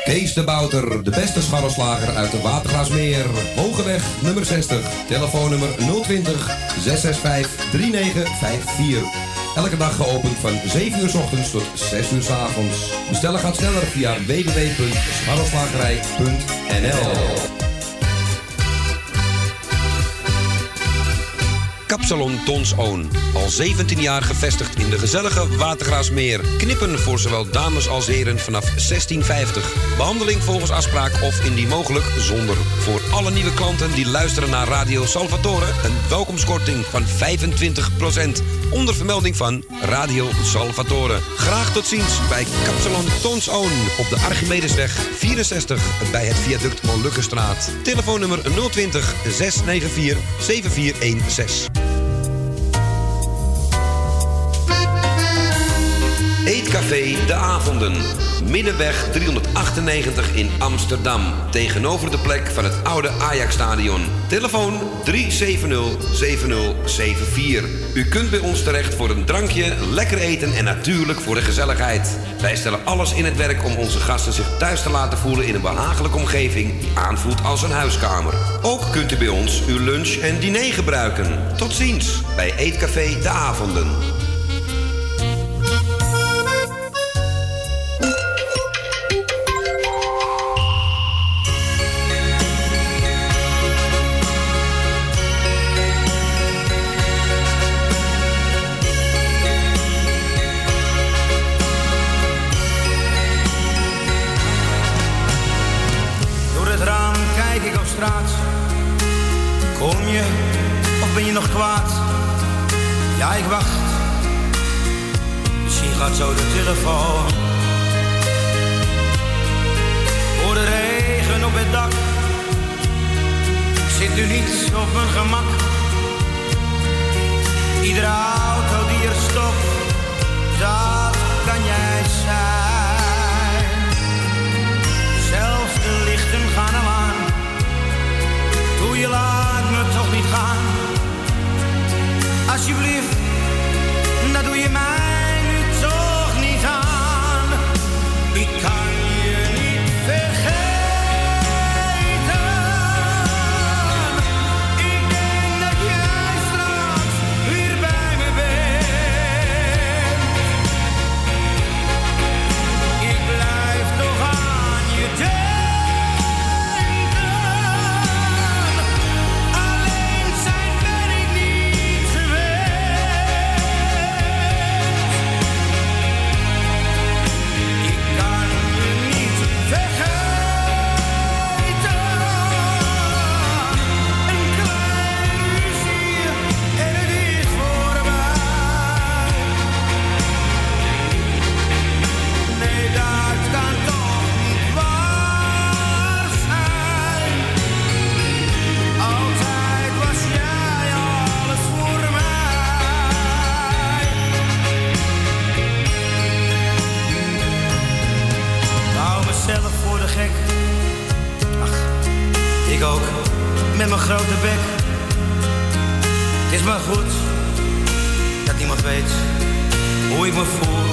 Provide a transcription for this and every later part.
Kees de Bouter, de beste scharrelslager uit de Watergraasmeer. Hogeweg nummer 60, telefoonnummer 020 665 3954. Elke dag geopend van 7 uur 's ochtends tot 6 uur 's avonds. Bestellen gaat sneller via www.scharrelslagerij.nl. Kapsalon Tons Oon. Al 17 jaar gevestigd in de gezellige Watergraasmeer. Knippen voor zowel dames als heren vanaf 16,50. Behandeling volgens afspraak of indien mogelijk zonder. Voor alle nieuwe klanten die luisteren naar Radio Salvatore een welkomstkorting van 25%. Onder vermelding van Radio Salvatore. Graag tot ziens bij Kapsalon Tons Oon op de Archimedesweg 64 bij het viaduct Molukkenstraat. Telefoonnummer 020 694 7416. Eetcafé De Avonden. Middenweg 398 in Amsterdam. Tegenover de plek van het oude Ajax-stadion. Telefoon 370-7074. U kunt bij ons terecht voor een drankje, lekker eten en natuurlijk voor de gezelligheid. Wij stellen alles in het werk om onze gasten zich thuis te laten voelen in een behagelijke omgeving die aanvoelt als een huiskamer. Ook kunt u bij ons uw lunch en diner gebruiken. Tot ziens bij Eetcafé De Avonden. Kom je of ben je nog kwaad? Ja, ik wacht. Misschien gaat zo de telefoon. Voor de regen op het dak. Ik zit nu niet op mijn gemak. Iedere auto die er stopt, dat kan jij zijn. Zelfs de lichten gaan al aan. Doe je laat me toch niet gaan. Alsjeblieft, dat doe je mij nu toch niet aan. Ik kan je niet vergeten. Ik denk dat jij straks weer bij me bent. Ik blijf toch aan je denken. Ik ook, met mijn grote bek. Het is maar goed dat niemand weet hoe ik me voel.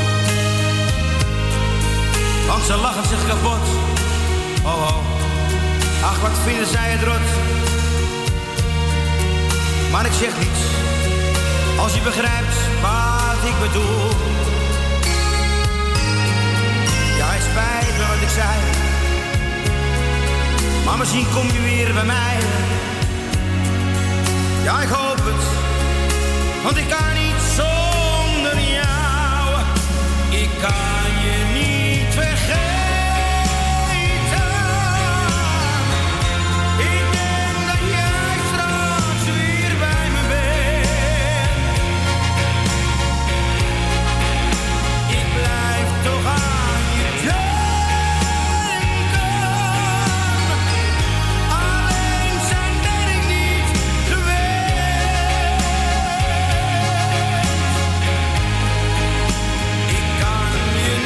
Want ze lachen zich kapot. Oh oh, ach wat vinden zij het rot. Maar ik zeg niets, als je begrijpt wat ik bedoel. Ja, het spijt me wat ik zei. Maar misschien kom je weer bij mij. Ja, ik hoop het, want ik kan niet zonder jou. Ik kan je niet vergeten. Ik denk dat jij straks weer bij me bent. Ik blijf toch aan je denken. Ik kan je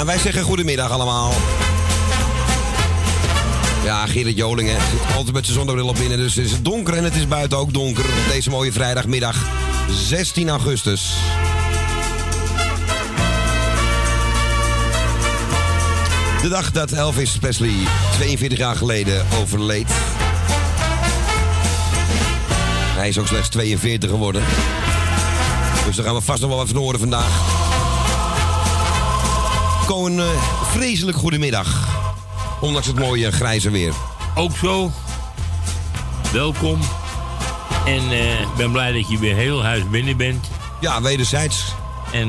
wij zeggen goedemiddag allemaal. Ja, Gerrit Joling, hè. Zit altijd met zijn zonnebril op binnen. Dus het is donker en het is buiten ook donker. Op deze mooie vrijdagmiddag, 16 augustus. De dag dat Elvis Presley 42 jaar geleden overleed. Hij is ook slechts 42 geworden. Dus daar gaan we vast nog wel wat van horen vandaag. Een vreselijk goedemiddag. Ondanks het mooie grijze weer. Ook zo. Welkom. En ik ben blij dat je weer heel huis binnen bent. Ja, wederzijds. En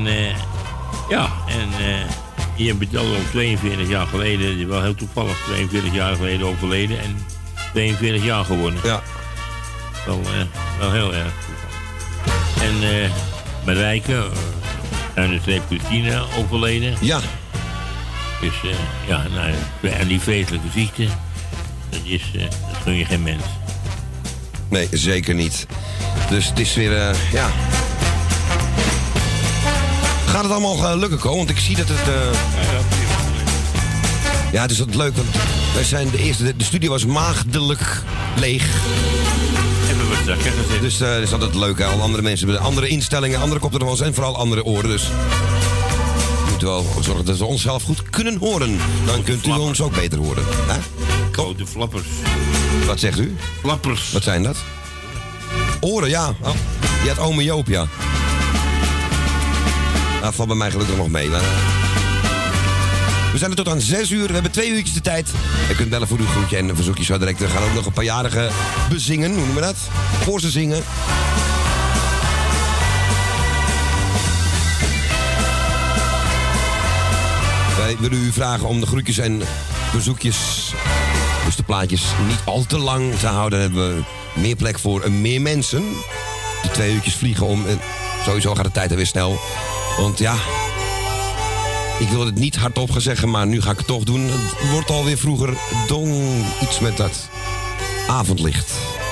je bent al 42 jaar geleden, wel heel toevallig 42 jaar geleden overleden. En 42 jaar geworden. Ja. Wel heel erg toevallig. En Marijke, aan de streep Christina, overleden. Ja. Dus en die vreselijke ziekte, dat gun je geen mens. Nee, zeker niet. Dus het is weer, Gaat het allemaal lukken, Ko? Want ik zie dat het... Ja, het is wat leuk, want wij zijn de eerste... De studio was maagdelijk leeg. Hebben we het zakken gezet. Dus dat is altijd leuk, hè? Al andere mensen hebben andere instellingen, andere koptelefoons en vooral andere oren. Dus we moeten wel zorgen dat we onszelf goed kunnen horen. Dan kunt u ons ook beter horen. Hè? Grote flappers. Wat zegt u? Flappers. Wat zijn dat? Oren, ja. Oh, je had ome Joop, ja. Dat valt bij mij gelukkig nog mee. Hè? We zijn er tot aan 6 uur. We hebben 2 uurtjes de tijd. Je kunt bellen voor uw groetje en een verzoekje zo direct. We gaan ook nog een paar jarigen bezingen. Hoe noemen we dat? Voor ze zingen. Wij willen u vragen om de groetjes en verzoekjes, dus de plaatjes, niet al te lang te houden. Dan hebben we meer plek voor meer mensen. De 2 uurtjes vliegen om. En sowieso gaat de tijd er weer snel. Want ja, ik wil het niet hardop gaan zeggen, maar nu ga ik het toch doen. Het wordt alweer vroeger iets met dat avondlicht.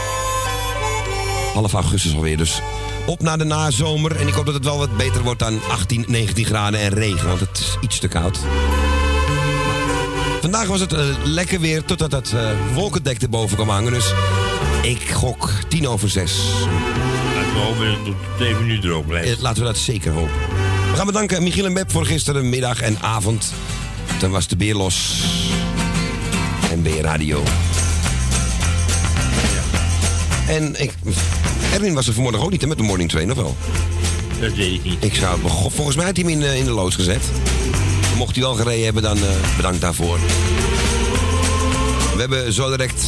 Half augustus alweer, dus op naar de nazomer. En ik hoop dat het wel wat beter wordt dan 18, 19 graden en regen, want het is iets te koud. Vandaag was het lekker weer, totdat dat wolkendek erboven kwam hangen. Dus ik gok 5:10. Laten we hopen dat het even nu erop blijft. Laten we dat zeker hopen. We gaan bedanken Michiel en Beb voor gisteren middag en avond. Dan was de beer los. En BR Radio. Ja. En Erwin was er vanmorgen ook niet, hè, met de Morning Train, of wel? Dat weet ik niet. Volgens mij had hij hem in de loods gezet. Mocht hij wel gereden hebben, dan bedankt daarvoor. We hebben zo direct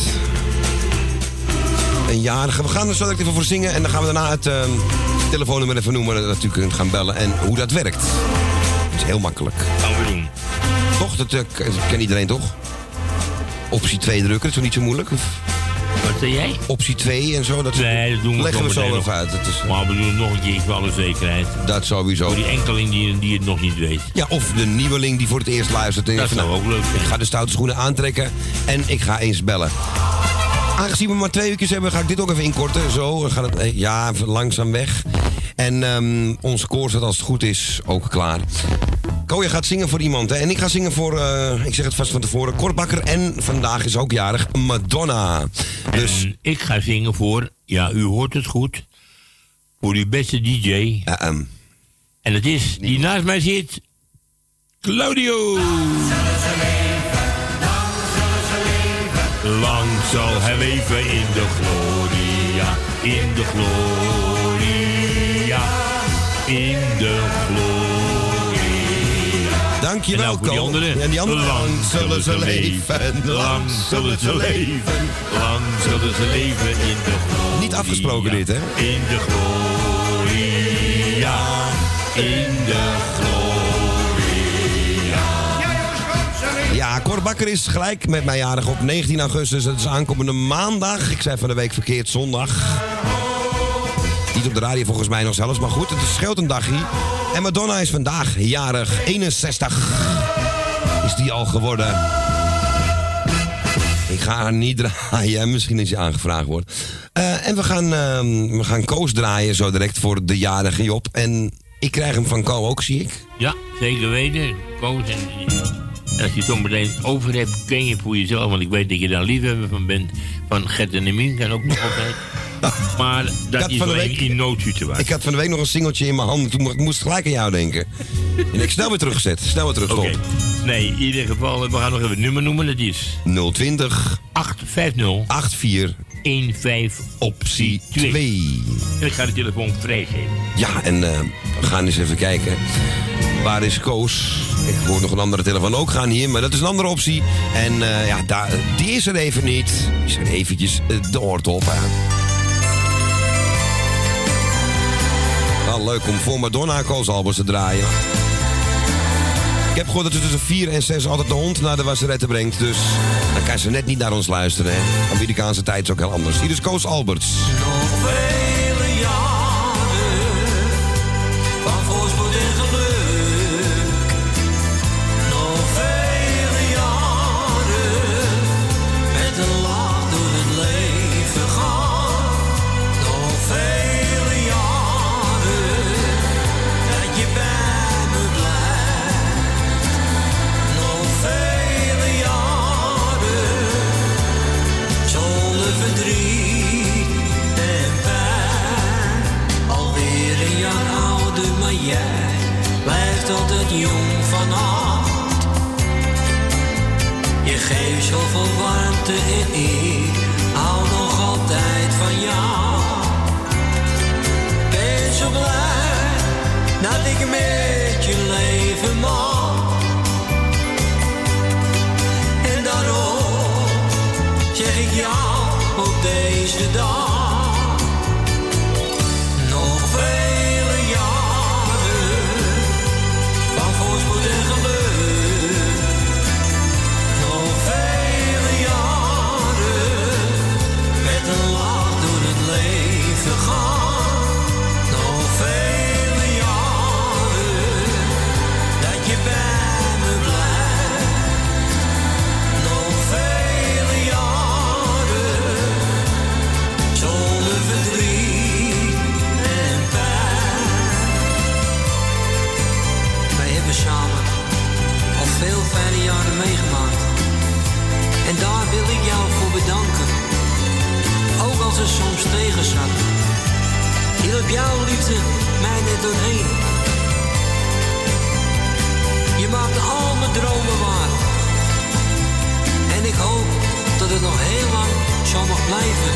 een jarige. We gaan er zo direct even voor zingen. En dan gaan we daarna het telefoonnummer even noemen. Dat u kunt gaan bellen. En hoe dat werkt. Dat is heel makkelijk. Gaan we doen. Toch? Dat kent iedereen toch? Optie 2 drukken. Dat is toch niet zo moeilijk? Of? Wat zei jij? Optie 2 en zo. Nee, dat doen we leggen we zo nog even uit. Maar we doen het nog een keer voor alle zekerheid. Dat sowieso. Voor die enkeling die het nog niet weet. Ja, of de nieuweling die voor het eerst luistert. En dat zou ook leuk zijn. Ik ga de stoute schoenen aantrekken en ik ga eens bellen. Aangezien we maar 2 uurtjes hebben, ga ik dit ook even inkorten. Zo, dan gaat het even langzaam weg. En onze koor staat, als het goed is, ook klaar. Koja gaat zingen voor iemand, hè? En ik ga zingen voor, ik zeg het vast van tevoren, Cor Bakker. En vandaag is ook jarig Madonna. Dus en ik ga zingen voor, ja, u hoort het goed, voor uw beste DJ. En het is, die naast mij zit, Claudio. Lang zal hij leven in de gloria, in de gloria, in de gloria. Dankjewel, Ko. En die anderen. Lang zullen ze leven, lang zullen ze leven, lang zullen ze leven in de gloria. Niet afgesproken dit, hè? In de gloria, in de gloria. Ja, Cor Bakker is gelijk met mij jarig op 19 augustus. Dat is aankomende maandag. Ik zei van de week verkeerd zondag. Niet op de radio volgens mij nog zelfs, maar goed, het scheelt een dagje. En Madonna is vandaag jarig. 61 is die al geworden. Ik ga haar niet draaien, misschien als je aangevraagd wordt. En we gaan Koos draaien zo direct voor de jarige Job. En Ik krijg hem van Ko ook, zie ik. Ja, zeker weten. Koos. En als je het meteen over hebt, ken je voor jezelf. Want ik weet dat je daar liefhebber van bent. Van Gert en Emien kan ook nog altijd. Maar dat is alleen in noodsituatie. Ik had van de week nog een singeltje in mijn handen. Toen moest ik gelijk aan jou denken. En ik snel weer teruggezet. Snel weer terug. Oké. Nee, in ieder geval, we gaan nog even het nummer noemen. Dat is 020 850 84 15 optie 2. En ik ga de telefoon vrijgeven. Ja, en we gaan eens even kijken. Waar is Koos? Ik hoor nog een andere telefoon ook gaan hier, maar dat is een andere optie. En die is er even niet. Die is er eventjes de oort op. Wel leuk om voor Madonna Koos Alberts te draaien. Ik heb gehoord dat ze tussen 4 en 6 altijd de hond naar de wasseretten brengt. Dus dan kan ze net niet naar ons luisteren. Hè? Amerikaanse tijd is ook heel anders. Hier is Koos Alberts. Nog vele jaren van voorspoed en geluk. Nog vele jaren met een lach door het leven gaan. Nog vele jaren dat je bij me blijft. Nog vele jaren zonder verdriet en pijn. Alweer een jaar ouder, maar jij blijft altijd jong van hart. Je geeft zoveel warmte en ik hou nog altijd van jou. Ben zo blij dat ik met je leven mag. En daarom zeg ik jou op deze dag. Nog vele jaren van voorspoed en geluk. Nog vele jaren met een lach door het leven gaan. Nog vele jaren dat je bij me blijft. Nog vele jaren zonder verdriet en pijn. Wij hebben samen al veel fijne jaren meegemaakt. En daar wil ik jou voor bedanken. Ook als het soms tegen zat. Hielp jouw liefde mij net doorheen. Je maakte al mijn dromen waar. En ik hoop dat het nog heel lang zo mag blijven.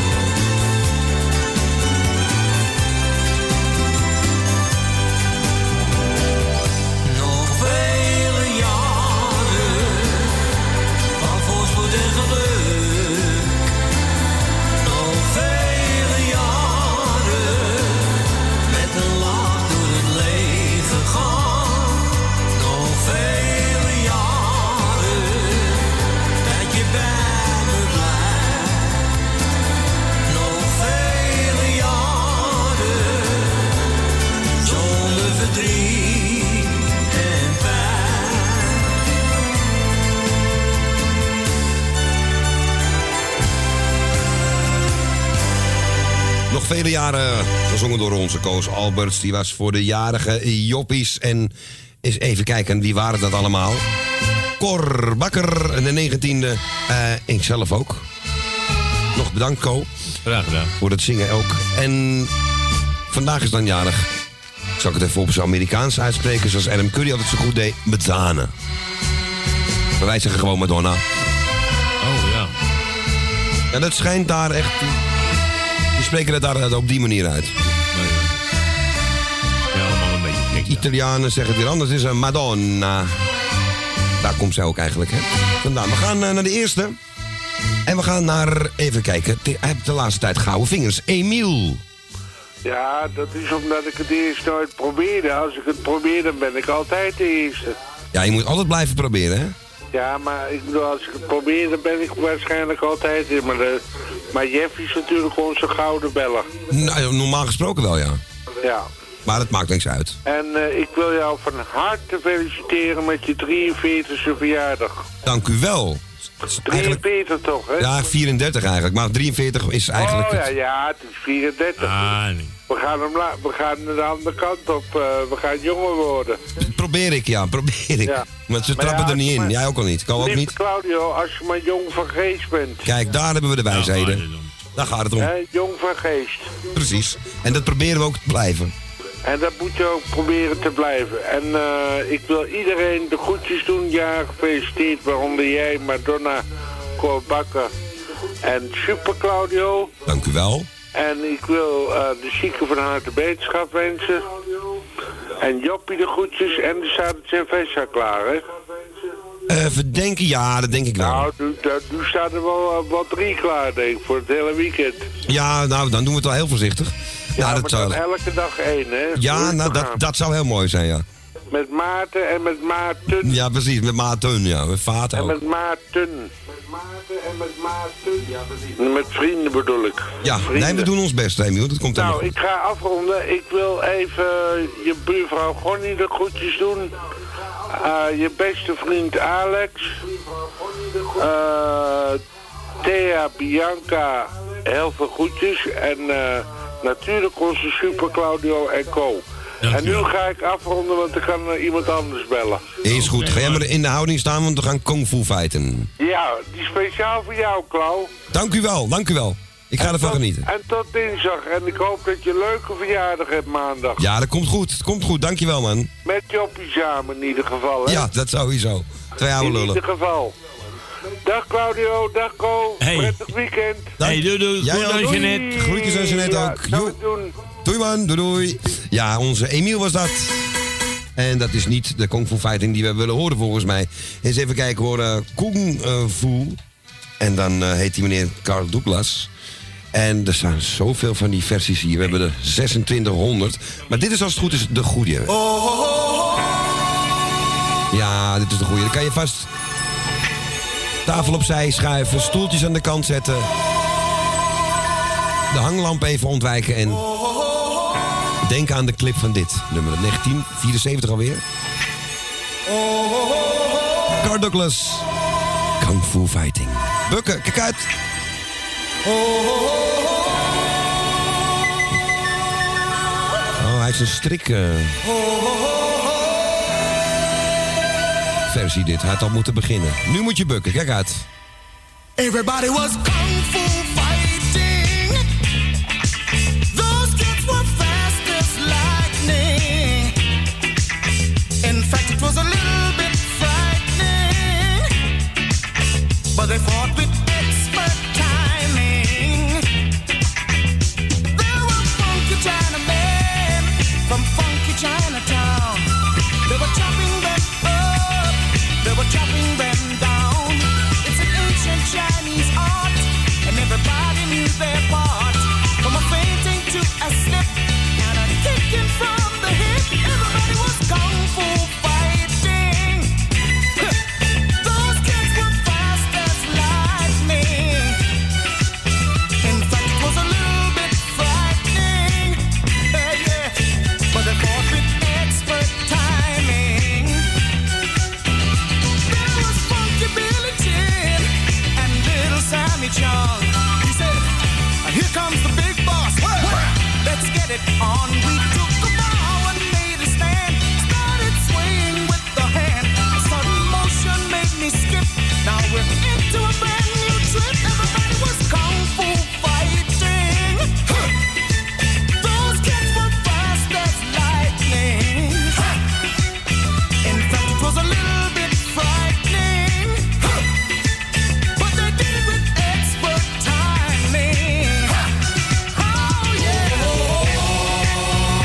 Nog vele jaren van voorspoed en geluk. Nog vele jaren met een lach door het leven gaan. Nog vele jaren dat je bij me blijft. Nog vele jaren zonder verdriet en pijn. Nog vele jaren gezongen door onze Koos Alberts. Die was voor de jarige joppies. En eens even kijken, wie waren dat allemaal? Cor Bakker, de 19e. Ik zelf ook. Nog bedankt, Ko. Graag gedaan. Voor het zingen ook. En vandaag is dan jarig. Zal ik het even op zijn Amerikaans uitspreken, zoals Adam Curry altijd zo goed deed. Madonna. Maar wij zeggen gewoon Madonna. Oh ja. Ja, dat schijnt daar echt... Die spreken het daar op die manier uit. Maar ja, allemaal een beetje gek. Italianen zeggen het weer anders. Het is een Madonna. Daar komt zij ook eigenlijk, hè. Vandaan. We gaan naar de eerste. En we gaan naar... Even kijken. Hij heeft de laatste tijd gouden vingers. Emiel. Ja, dat is omdat ik het eerst nooit probeerde. Als ik het probeer, dan ben ik altijd de eerste. Ja, je moet altijd blijven proberen, hè. Ja, maar ik bedoel, als ik het probeer, dan ben ik waarschijnlijk altijd in. Maar Jeff is natuurlijk onze gouden beller. Nou, normaal gesproken wel, ja. Ja. Maar het maakt niks uit. En ik wil jou van harte feliciteren met je 43e verjaardag. Dank u wel. eigenlijk... 43 toch, hè? Ja, 34 eigenlijk. Maar 43 is eigenlijk... Oh ja, het is 34. Ah, nee. We gaan naar de andere kant op. We gaan jonger worden. Probeer ik. Ja. Maar ze trappen er niet in. Jij ook al niet. Kan ook niet. Claudio, als je maar jong van geest bent. Kijk, daar hebben we de wijsheden. Daar gaat het om. Jong van geest. Precies. En dat proberen we ook te blijven. En dat moet je ook proberen te blijven. En ik wil iedereen de groetjes doen. Ja, gefeliciteerd. Waaronder jij, Madonna, Cor Bakker en Super Claudio. Dank u wel. En ik wil de zieken van harte beterschap wensen. En Joppie de groetjes. En er staat het cerveza klaar, hè? Verdenken? Ja, dat denk ik wel. Nou, nu staat er wel wat 3 klaar, denk ik, voor het hele weekend. Ja, nou, dan doen we het wel heel voorzichtig. Ja, dat maar zou... dan elke dag 1, hè? Ja, nou, dat zou heel mooi zijn, ja. Met Maarten en met Maarten. Ja, precies, met Maarten, ja. Met Vaat ook. En met Maarten. Ja, precies. Met vrienden bedoel ik. Ja, vrienden. Nee, we doen ons best, Emiel. Dat komt helemaal goed. Ik ga afronden. Ik wil even je buurvrouw Gonnie de groetjes doen. Je beste vriend Alex. Thea, Bianca, heel veel groetjes. En natuurlijk onze Super Claudio en Co. En nu ga ik afronden, want er kan iemand anders bellen. Is goed. Ga jij maar in de houding staan, want we gaan kung fu fighten. Ja, die speciaal voor jou, Klauw. Dank u wel, dank u wel. Ik ga ervan genieten. En tot dinsdag. En ik hoop dat je een leuke verjaardag hebt maandag. Ja, dat komt goed. Het komt goed. Dank je wel, man. Met Joppie samen in ieder geval, hè? Ja, dat sowieso. 2 oude lullen. In ieder geval. Dag Claudio, dag Co. Hey. Prettig weekend. Hey, doei. Jij Goed aan Jeanette. Groetjes aan Jeanette ook. Doen. Doei man, doei. Ja, onze Emiel was dat. En dat is niet de kung fu fighting die we willen horen volgens mij. Eens even kijken hoor. Kung fu. En dan heet die meneer Carl Douglas. En er staan zoveel van die versies hier. We hebben er 2600. Maar dit is als het goed is de goede. Ja, dit is de goede. Dan kan je vast tafel opzij schuiven. Stoeltjes aan de kant zetten. De hanglamp even ontwijken. En denk aan de clip van dit nummer. 1974 alweer. Carl Douglas. Kung Fu Fighting. Bukken, kijk uit. Oh, hij is een strik versie dit. Hij had al moeten beginnen. Nu moet je bukken, kijk uit. Everybody was kung fu fighting. Those kids were fast as lightning. In fact, it was a little bit frightening. But they fought with expert timing. There were funky Chinamen from funky Chinatown. They were chopping them up, they were chopping them down. It's an ancient Chinese art, and everybody knew their part. From a fainting to a slip, and a kicking from the hip. Everybody was kung fu fighting. Those kids were fast as lightning. In fact, it was a little bit frightening. Yeah. But they fought with expert timing. There was Funky Billy Chin and Little Sammy Chung. He said, here comes the big boss. Let's get it on. We took the bow and made a stand. Started swaying with the hand. A sudden motion made me skip. Now we're into a brand new trip. Everybody was kung fu fighting. Those kids were fast as lightning. In fact, it was a little bit frightening. But they did it with expert timing. Oh yeah.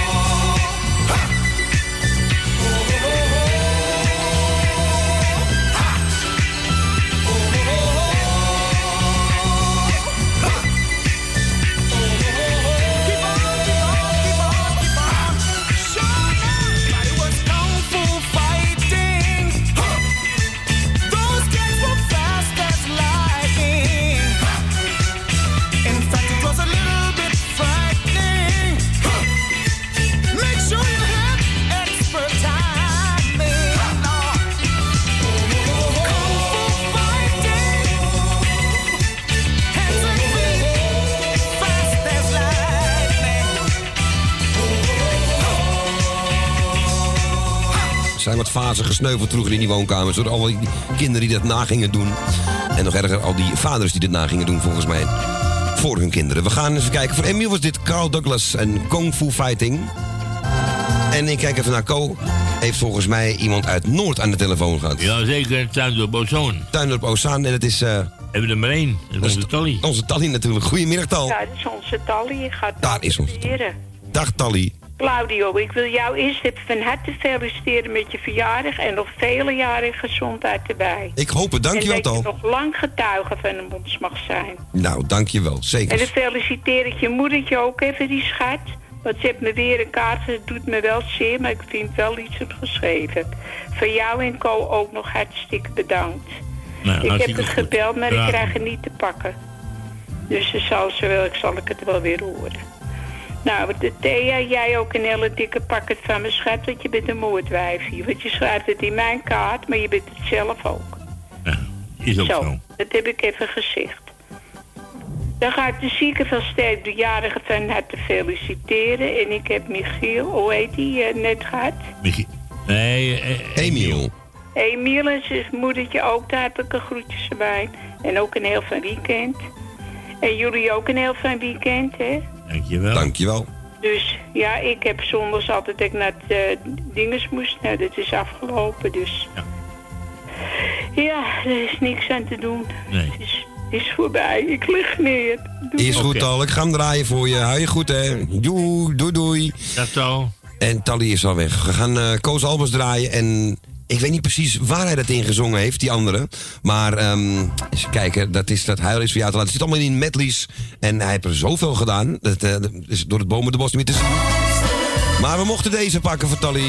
zijn wat fasen gesneuveld vroeger in die woonkamers. Door al die kinderen die dat na gingen doen. En nog erger, al die vaders die dat na gingen doen, volgens mij. Voor hun kinderen. We gaan even kijken. Voor Emiel was dit Carl Douglas en Kung Fu Fighting. En ik kijk even naar Co. Heeft volgens mij iemand uit Noord aan de telefoon gehad. Ja, zeker. Tuindorp Ozaan. Tuindorp Ozaan. En het is... Hebben we er maar één. Dat is onze Tally. Onze Tally natuurlijk. Goedemiddag, Tal. Ja, dat is onze Tally. Je gaat daar is onze Tally. Dag, Tally. Claudio, ik wil jou eerst even van harte feliciteren met je verjaardag en nog vele jaren gezondheid erbij. Ik hoop het, dankjewel, Tal. En dat je nog lang getuige van ons mag zijn. Nou, dankjewel, zeker. En dan feliciteer ik je moedertje ook even, die schat. Want ze heeft me weer een kaart, het doet me wel zeer, maar ik vind wel iets op geschreven. Voor jou en Co ook nog hartstikke bedankt. Nou, ik heb het gebeld, maar ik krijg het niet te pakken. Dus ik zal het wel weer horen. Nou, de Thea, jij ook een hele dikke pakket van me, schat, want je bent een moordwijfje. Want je schrijft het in mijn kaart, maar je bent het zelf ook. Ja, is ook zo. Dat heb ik even gezegd. Dan ga ik de zieke van Sterk de jarige van harte feliciteren. En ik heb Michiel, hoe heet die, net gehad? Nee, Emiel. Emiel en zijn moedertje ook, daar heb ik een groetjes erbij. En ook een heel fijn weekend. En jullie ook een heel fijn weekend, hè? Dankjewel. Dankjewel. Dus ja, ik heb zondags altijd dat ik naar de dinges moest. Nou, dat is afgelopen, dus... Ja, er is niks aan te doen. Nee. Het is voorbij. Ik lig neer. Doei. Is goed, Tal. Ik ga hem draaien voor je. Hou je goed, hè. Doei. Dat zo. En Tally is al weg. We gaan Koos Albers draaien en... Ik weet niet precies waar hij dat in gezongen heeft, die andere. Maar eens kijken, dat huil is voor jou te laten. Het zit allemaal in medleys. En hij heeft er zoveel gedaan. Dat is door het bomen de bos niet meer te zien. Maar we mochten deze pakken voor Tally.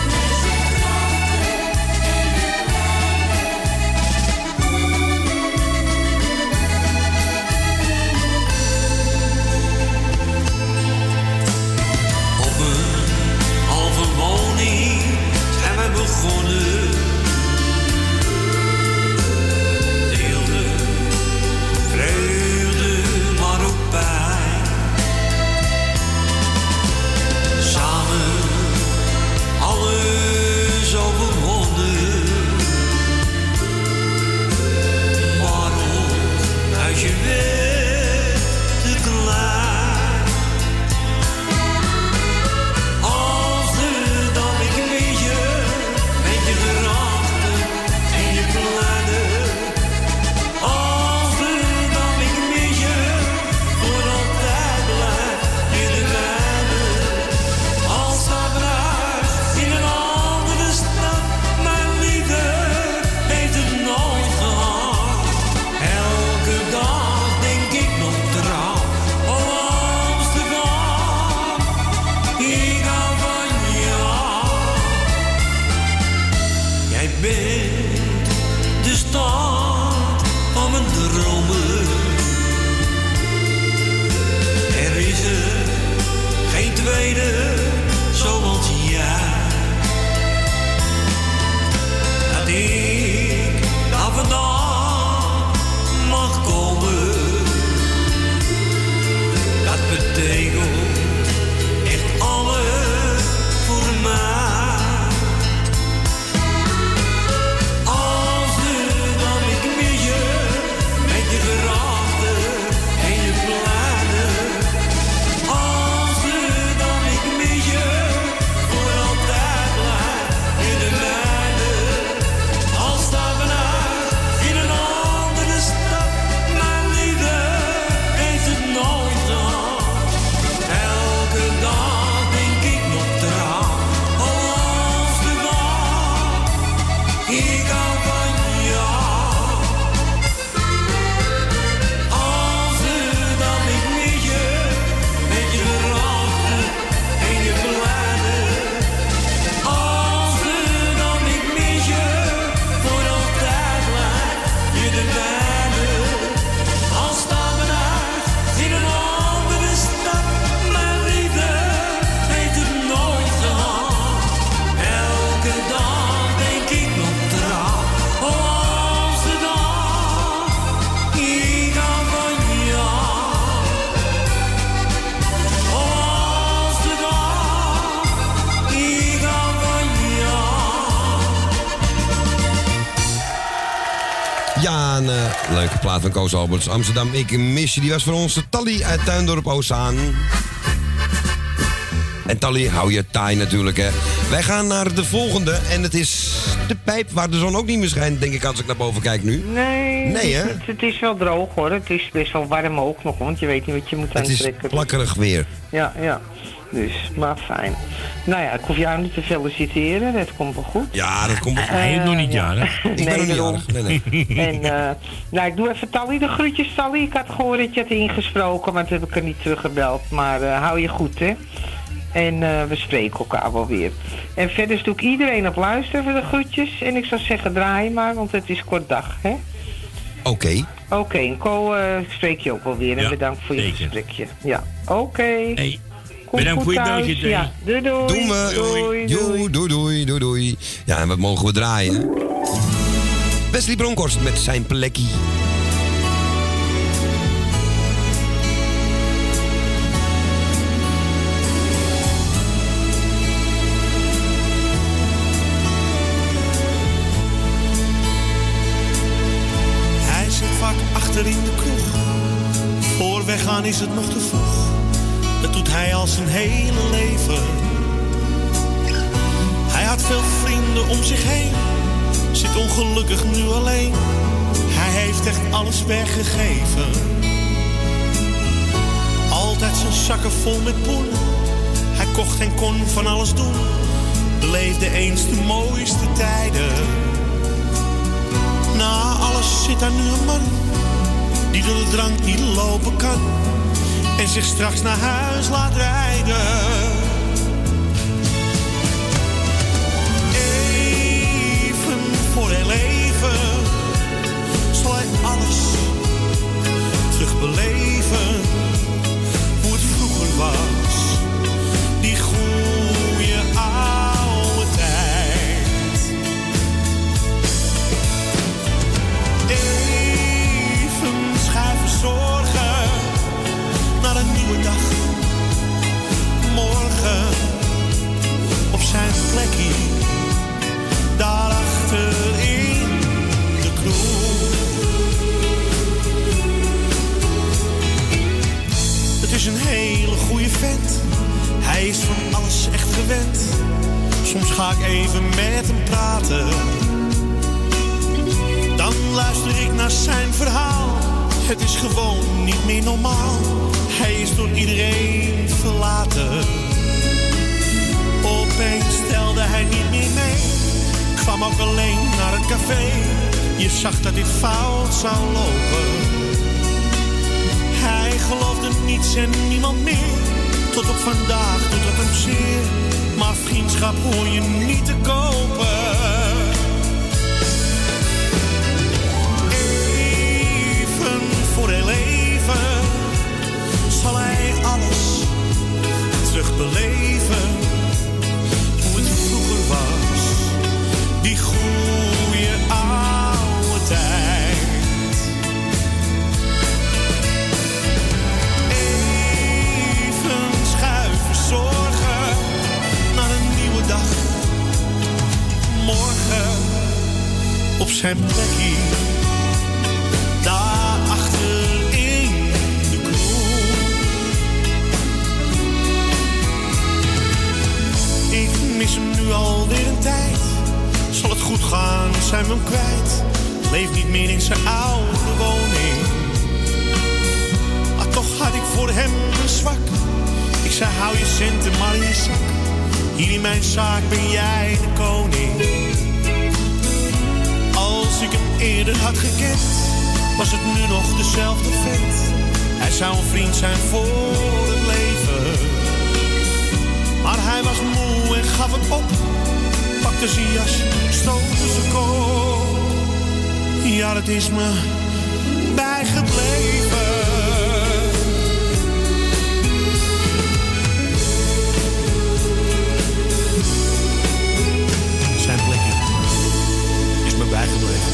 Op een halve woning zijn wij begonnen. Samen alle Leuke plaat van Koos Alberts. Amsterdam, ik mis je. Die was voor ons de Tally uit Tuindorp Ozaan. En Tally, hou je taai natuurlijk, hè. Wij gaan naar de volgende. En het is de pijp waar de zon ook niet meer schijnt, denk ik, als ik naar boven kijk nu. Nee, hè? Het is wel droog, hoor. Het is best wel warm ook nog, want je weet niet wat je moet aantrekken. Het is plakkerig weer. Ja. Dus, maar fijn. Nou ja, ik hoef jou niet te feliciteren. Dat komt wel goed. Ja, dat komt wel goed. Hij is nog niet jarig. Ik ben nog niet jarig. Nee. En, nou, ik doe even Tally de groetjes, Tally. Ik had gehoord dat je had ingesproken, maar toen heb ik er niet teruggebeld. Maar hou je goed, hè. En we spreken elkaar wel weer. En verder doe ik iedereen op luisteren voor de groetjes. En ik zou zeggen, draai maar, want het is kort dag, hè. Oké. Oké, en Co, ik spreek je ook wel weer. En bedankt voor je gesprekje. Ja, oké. Hey. Bedankt voor je belletje. Ja, doei. Doen we. Doei. Ja, en wat mogen we draaien? Wesley Bronkhorst met zijn plekkie. Hij zit vaak achter in de kroeg. Voor weggaan is het nog te vroeg. Dat doet hij al zijn hele leven. Hij had veel vrienden om zich heen. Zit ongelukkig nu alleen. Hij heeft echt alles weggegeven. Altijd zijn zakken vol met poen. Hij kocht en kon van alles doen. Beleefde eens de mooiste tijden. Na alles zit daar nu een man. Die door de drank niet lopen kan. En zich straks naar huis laat rijden. Even voor heel even zal hij alles terugbeleven. Hoe het vroeger was, die goeie oude tijd. Even schuiven zorgen naar een nieuwe dag. Morgen op zijn plekje, daarachter in de kroeg. Het is een hele goede vent. Hij is van alles echt gewend. Soms ga ik even met hem praten. Dan luister ik naar zijn verhaal. Het is gewoon niet meer normaal. Hij is door iedereen verlaten. Opeens stelde hij niet meer mee. Kwam ook alleen naar het café. Je zag dat dit fout zou lopen. Hij geloofde niets en niemand meer. Tot op vandaag doet het hem zeer. Maar vriendschap hoor je niet te kopen. Voor heel even zal hij alles terugbeleven. Hoe het vroeger was, die goeie oude tijd. Even schuiven zorgen naar een nieuwe dag. Morgen op zijn plekje. Daarachter in de kroeg. Ik mis hem nu alweer een tijd. Zal het goed gaan, zijn we hem kwijt. Leeft niet meer in zijn oude woning. Maar toch had ik voor hem een zwak. Ik zei hou je centen maar in je zak. Hier in mijn zaak ben jij de koning. Als ik hem eerder had gekend, was het nu nog dezelfde vent. Hij zou een vriend zijn voor het leven. Maar hij was moe en gaf het op. Pakte zijn jas, stootte zijn kop. Ja, dat is me bijgebleven. Zijn plekje is me bijgebleven.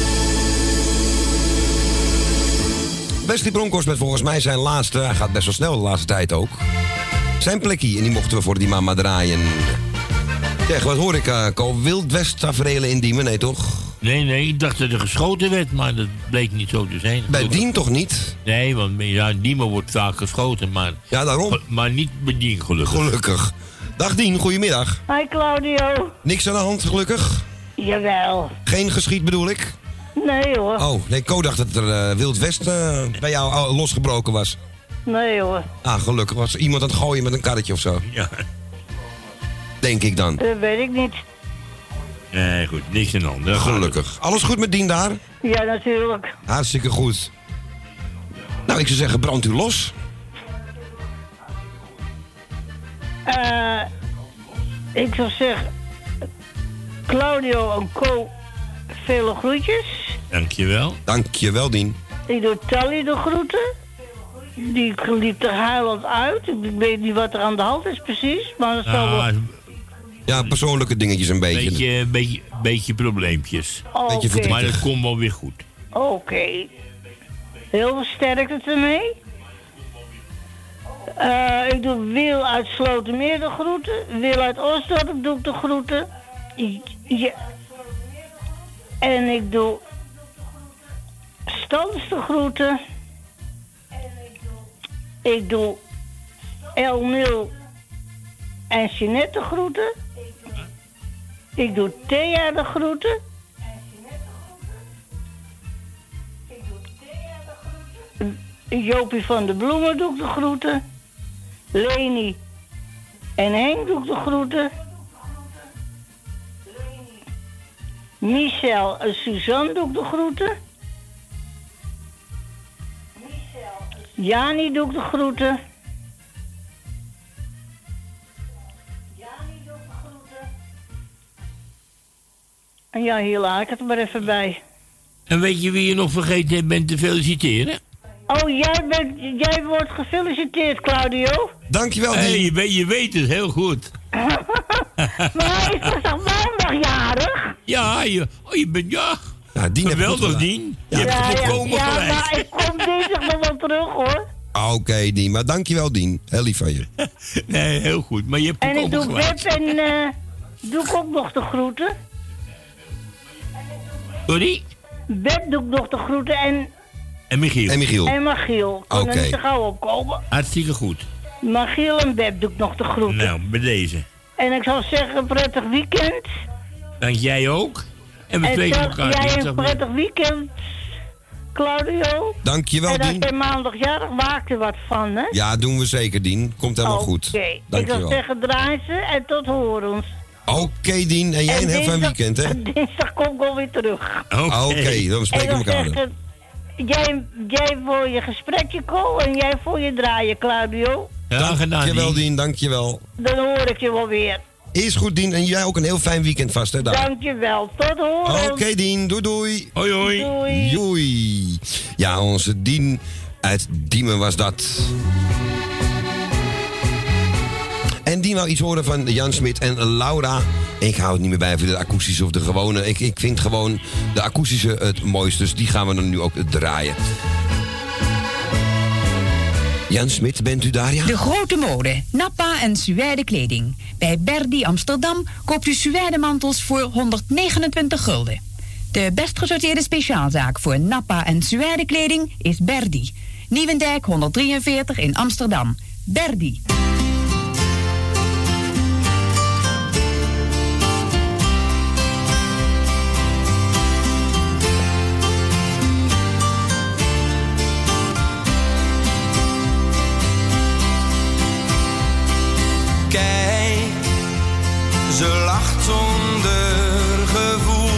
Wesley Bronkhorst met volgens mij zijn laatste. Hij gaat best wel snel de laatste tijd ook. Zijn plekje. En die mochten we voor die mama draaien. Zeg, wat hoor ik? Wild West taferelen in Diemen? Nee, toch? Nee, ik dacht dat er geschoten werd, maar dat bleek niet zo te zijn. Bij Dien toch niet? Nee, want ja, Diemen wordt vaak geschoten, maar... Ja, daarom. Maar niet bij Dien, gelukkig. Gelukkig. Dag Dien, goedemiddag. Hi Claudio. Niks aan de hand, gelukkig? Jawel. Geen geschiet bedoel ik? Nee hoor. Oh, nee, Ko dacht dat er Wild West bij jou losgebroken was. Nee hoor. Ah, gelukkig. Was er iemand aan het gooien met een karretje of zo? Ja. Denk ik dan. Dat weet ik niet. Nee, goed. Niks aan de hand. Gelukkig. Alles goed met Dien daar? Ja, natuurlijk. Hartstikke goed. Nou, ik zou zeggen, brand u los. Ik zou zeggen, Claudio en Co, vele groetjes. Dankjewel. Dankjewel, Dien. Ik doe Tally de groeten. Die liep er huilend uit. Ik weet niet wat er aan de hand is precies, maar dat zal wel... Ja, persoonlijke dingetjes een beetje. Beetje probleempjes. Oké. Maar dat komt wel weer goed. Oké. Heel veel sterkte ermee. Ik doe Wil uit Slotermeer de groeten. Wil uit Osdorp doe ik de groeten. Ja. En ik doe Stans de groeten. Ik doe El en Jeanette de groeten. Ik doe Thea de groeten. Jopie van de Bloemen doe ik de groeten. Leni en Henk doe ik de groeten. Michel en Suzanne doe ik de groeten. Jani doe ik de groeten. En ja, hier laat ik het maar even bij. En weet je wie je nog vergeten bent te feliciteren? Oh, jij wordt gefeliciteerd, Claudio. Dankjewel, Dien. Hey, je weet het heel goed. Maar hij is toch maandag jarig? Ja, je bent ja. Dien geweldig, Dien. Je hebt het volkomen gelijk. Ja, maar ik kom dinsdag nog wel terug, hoor. Oké, Dien. Maar dankjewel, Dien. Heel lief van je. Nee, heel goed. Maar je hebt en ik doe gelijk. Beb en doe ik ook nog de groeten. Sorry? Beb doe ik nog de groeten En Michiel. En Michiel. Kan er niet te gauw opkomen. Hartstikke goed. Michiel en Beb doe ik nog de groeten. Nou, bij deze. En ik zou zeggen, een prettig weekend. Dank jij ook. En we spreken elkaar jij dinsdag een prettig weekend, Claudio. Dankjewel, Dien. En Dien. als je maandagjarig maak er wat van, hè? Ja, doen we zeker, Dien. Komt helemaal goed. Oké. Ik Dankjewel. zou zeggen, draai ze en tot horens. Oké, Dien. En jij een heel fijn weekend, hè? Dinsdag kom ik alweer terug. Oké, dan spreken we elkaar. Zeggen, jij voor je gesprekje, Ko, en jij voor je draaien, Claudio. Ja, dankjewel, Dien. Dankjewel. Dan hoor ik je wel weer. Is goed, Dien. En jij ook een heel fijn weekend vast, hè? Dankjewel. Tot horens. Oké, Dien. Doei, doei. Hoi, hoi. Doei. Doei. Ja, onze Dien uit Diemen was dat. En die wou iets horen van Jan Smit en Laura. Ik hou het niet meer bij voor de akoestische of de gewone. Ik vind gewoon de akoestische het mooiste. Dus die gaan we dan nu ook draaien. Jan Smit, bent u daar, ja? De grote mode. Nappa en Suède kleding. Bij Berdi Amsterdam koopt u Suède mantels voor 129 gulden. De best gesorteerde speciaalzaak voor Nappa en Suède kleding is Berdi. Nieuwendijk 143 in Amsterdam. Berdi. Kijk, ze lacht zonder gevoel.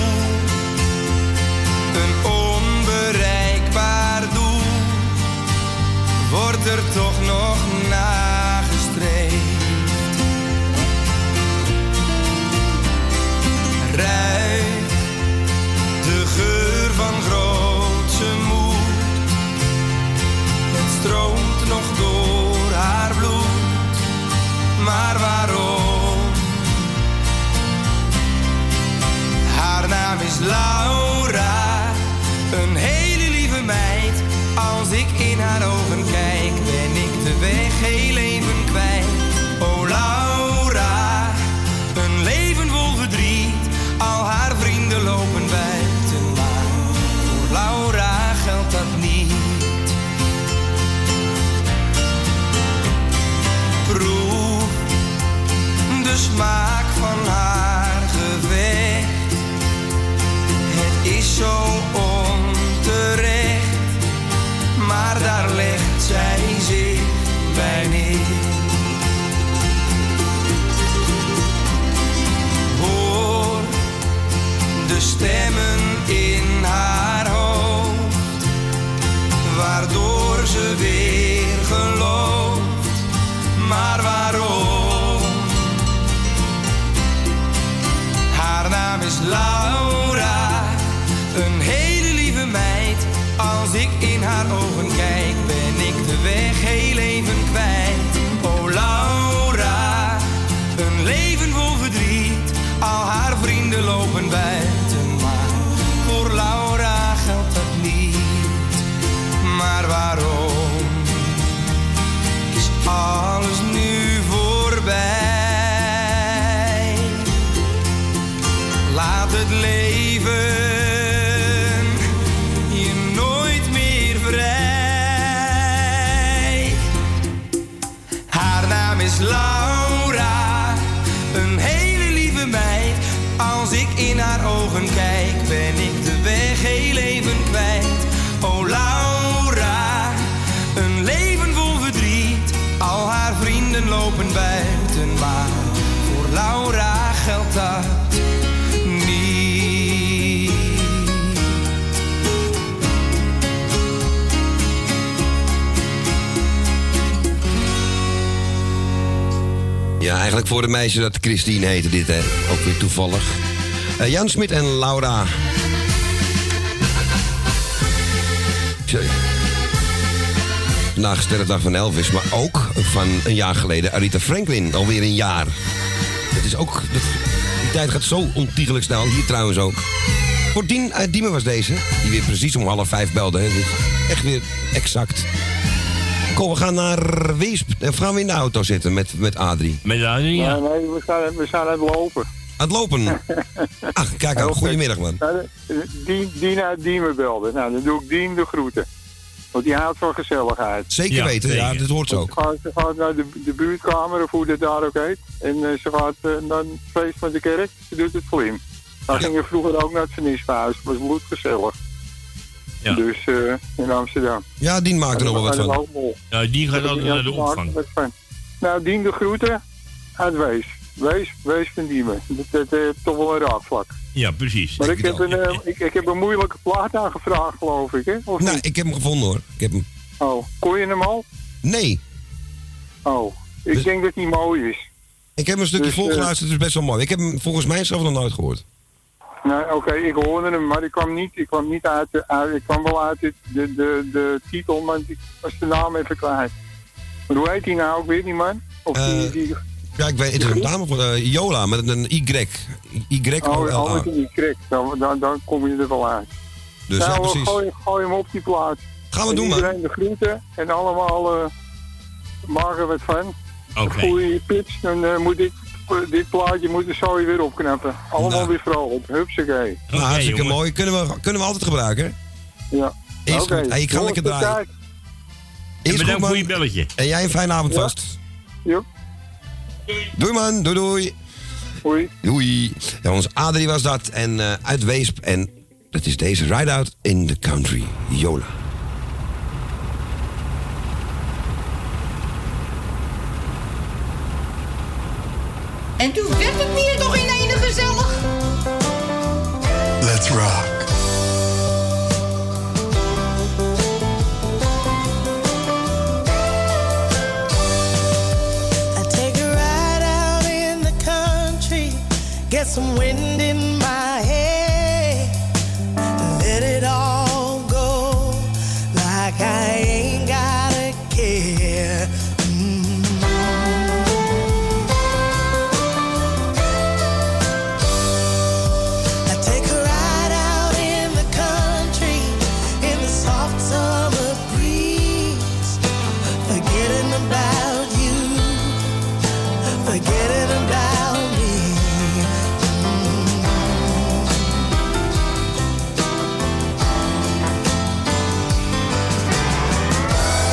Een onbereikbaar doel wordt er toch nog nagestreefd. Ruik de geur van grootse moed. Het stroomt nog door haar bloed. Maar waarom? Haar naam is Laura, een hele lieve meid. Als ik in haar ogen kijk, ben ik de weg heel even kwijt. smaak van haar gevecht. Het is zo onterecht, maar daar legt zij zich bij neer. Hoor de stemmen in haar hoofd, waardoor ze weer gelooft. Maar waarom? Haar naam is Laura, een hele lieve meid. Als ik in haar ogen kijk, ben ik de weg heel even kwijt. Oh Laura, een leven vol verdriet. Al haar vrienden lopen buiten, maar voor Laura geldt dat niet. Maar waarom is alles nu voorbij? Laat het leven je nooit meer vrij. Haar naam is Laura, een hele lieve meid. Als ik in haar ogen kijk, ben ik de weg heel even kwijt. Oh Laura, een leven vol verdriet. Al haar vrienden lopen buiten, maar voor Laura geldt dat niet. Ja, eigenlijk voor de meisje dat Christine heette dit, hè. Ook weer toevallig. Jan Smit en Laura. Vandaag sterrendag van Elvis, maar ook van een jaar geleden Aretha Franklin. Alweer een jaar. Het is ook... Die tijd gaat zo ontiegelijk snel. Hier trouwens ook. Voor Dien uit Diemen was deze. Die weer precies om 4:30 belde. Hè. Dus echt weer exact. Kom, we gaan naar Weesp. En gaan we in de auto zitten met Adrie. Met Adrie, ja. Nee, we zijn aan het lopen. Aan het lopen? Ach, kijk aan. Goedemiddag, man. Dien uit Diemen belde. Nou, dan doe ik Dien de groeten. Want die houdt van gezelligheid. Zeker weten, zeker. Ja, dit hoort zo ook. Ze gaat naar de buurtkamer, of hoe dat daar ook heet. En ze gaat naar het feest van de kerk. Ze doet het slim. Daar ging je vroeger ook naar het vernishuis. Het was bloedgezellig. Ja. Dus in Amsterdam. Ja, Dien maakt er nog wel wat van. Ja, die gaat altijd naar de opvang. Nou, Dien de groeten uit Wees. Wees van Diemen. Dat heeft toch wel een raakvlak. Ja, precies. Maar ik heb een moeilijke plaat aangevraagd, geloof ik, hè? Of nou, niet? ik heb hem gevonden, hoor. Ik heb hem. Oh, kon je hem al? Nee. Oh, ik denk dat hij mooi is. Ik heb een stukje volgeluisterd, het is best wel mooi. Ik heb hem volgens mij zelf nog nooit gehoord. Nee, oké, ik hoorde hem, maar ik kwam niet uit ik kwam wel uit de titel, maar ik was de naam even kwijt. Maar hoe heet hij nou ook weer, die man? Of die ja, ik weet het, is een dame van Jola, met een Y. Y-O-L-A. Oh, met een Y. Dan kom je er wel uit. Dus nou, ja, precies. Gooi hem op die plaat. Gaan we doen, man. Iedereen de groeten en allemaal maken we wat van. Oké. Voel je je pitch, dan moet dit plaatje zo weer opknappen. Allemaal weer vrolijk. Hupsakee. Nou, hartstikke mooi. Kunnen we altijd gebruiken, hè? Ja. Is goed. Hey, ik ga lekker draaien. En bedankt voor je belletje. En jij een fijne avond vast. Ja. Doei, man. Doei. Doei. Ja, ons Adrie was dat. En uit Weesp. En dat is deze Ride Out in the Country. Jola. En toen werd het hier toch in ene gezellig. Let's rock. Get some wind in my head, let it all go, like I ain't gotta care. I take a ride out in the country, in the soft summer breeze, forgetting about you, forgetting about me.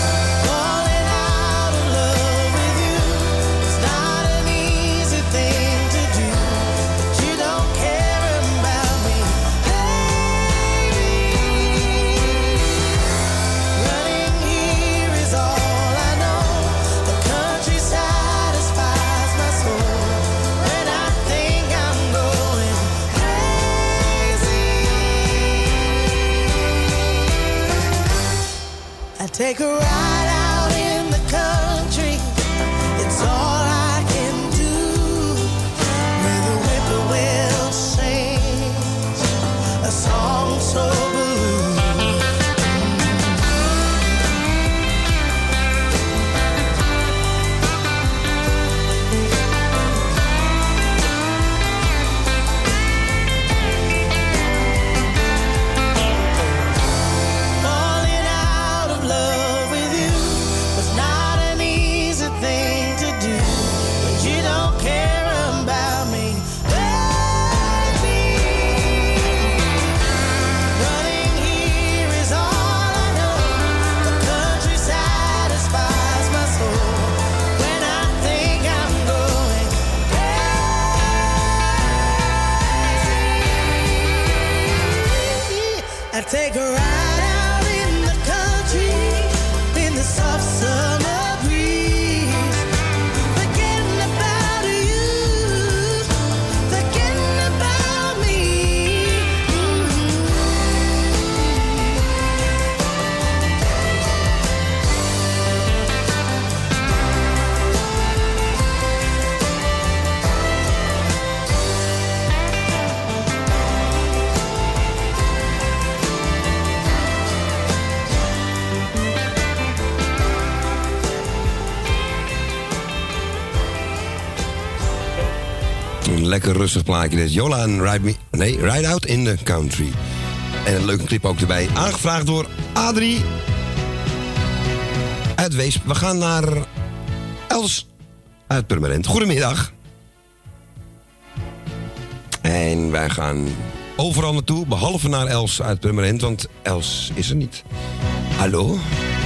Falling out of love with you, it's not an easy thing. take a ride out in the country. It's all I can do. Where the whippoorwill sings a song so blue. Take a ride out in the country in the soft summer breeze, forgetting about you, forgetting about me. Een lekker rustig plaatje. Dit is Jola en Ride Out in the Country. En een leuke clip ook erbij. Aangevraagd door Adrie uit Weesp. We gaan naar Els uit Purmerend. Goedemiddag. En wij gaan overal naartoe, behalve naar Els uit Purmerend, want Els is er niet. Hallo?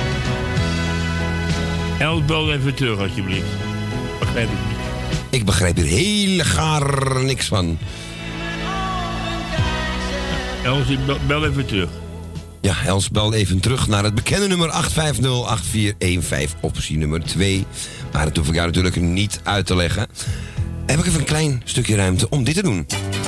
Els, bel even terug alsjeblieft. Begrijp ik niet. Ik begrijp er heel gaar niks van. Els, bel even terug. Ja, Els, bel even terug naar het bekende nummer 850-8415, optie nummer 2. Maar dat hoef ik jou natuurlijk niet uit te leggen. Heb ik even een klein stukje ruimte om dit te doen.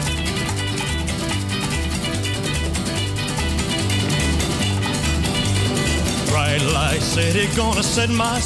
Bright light city, gonna set my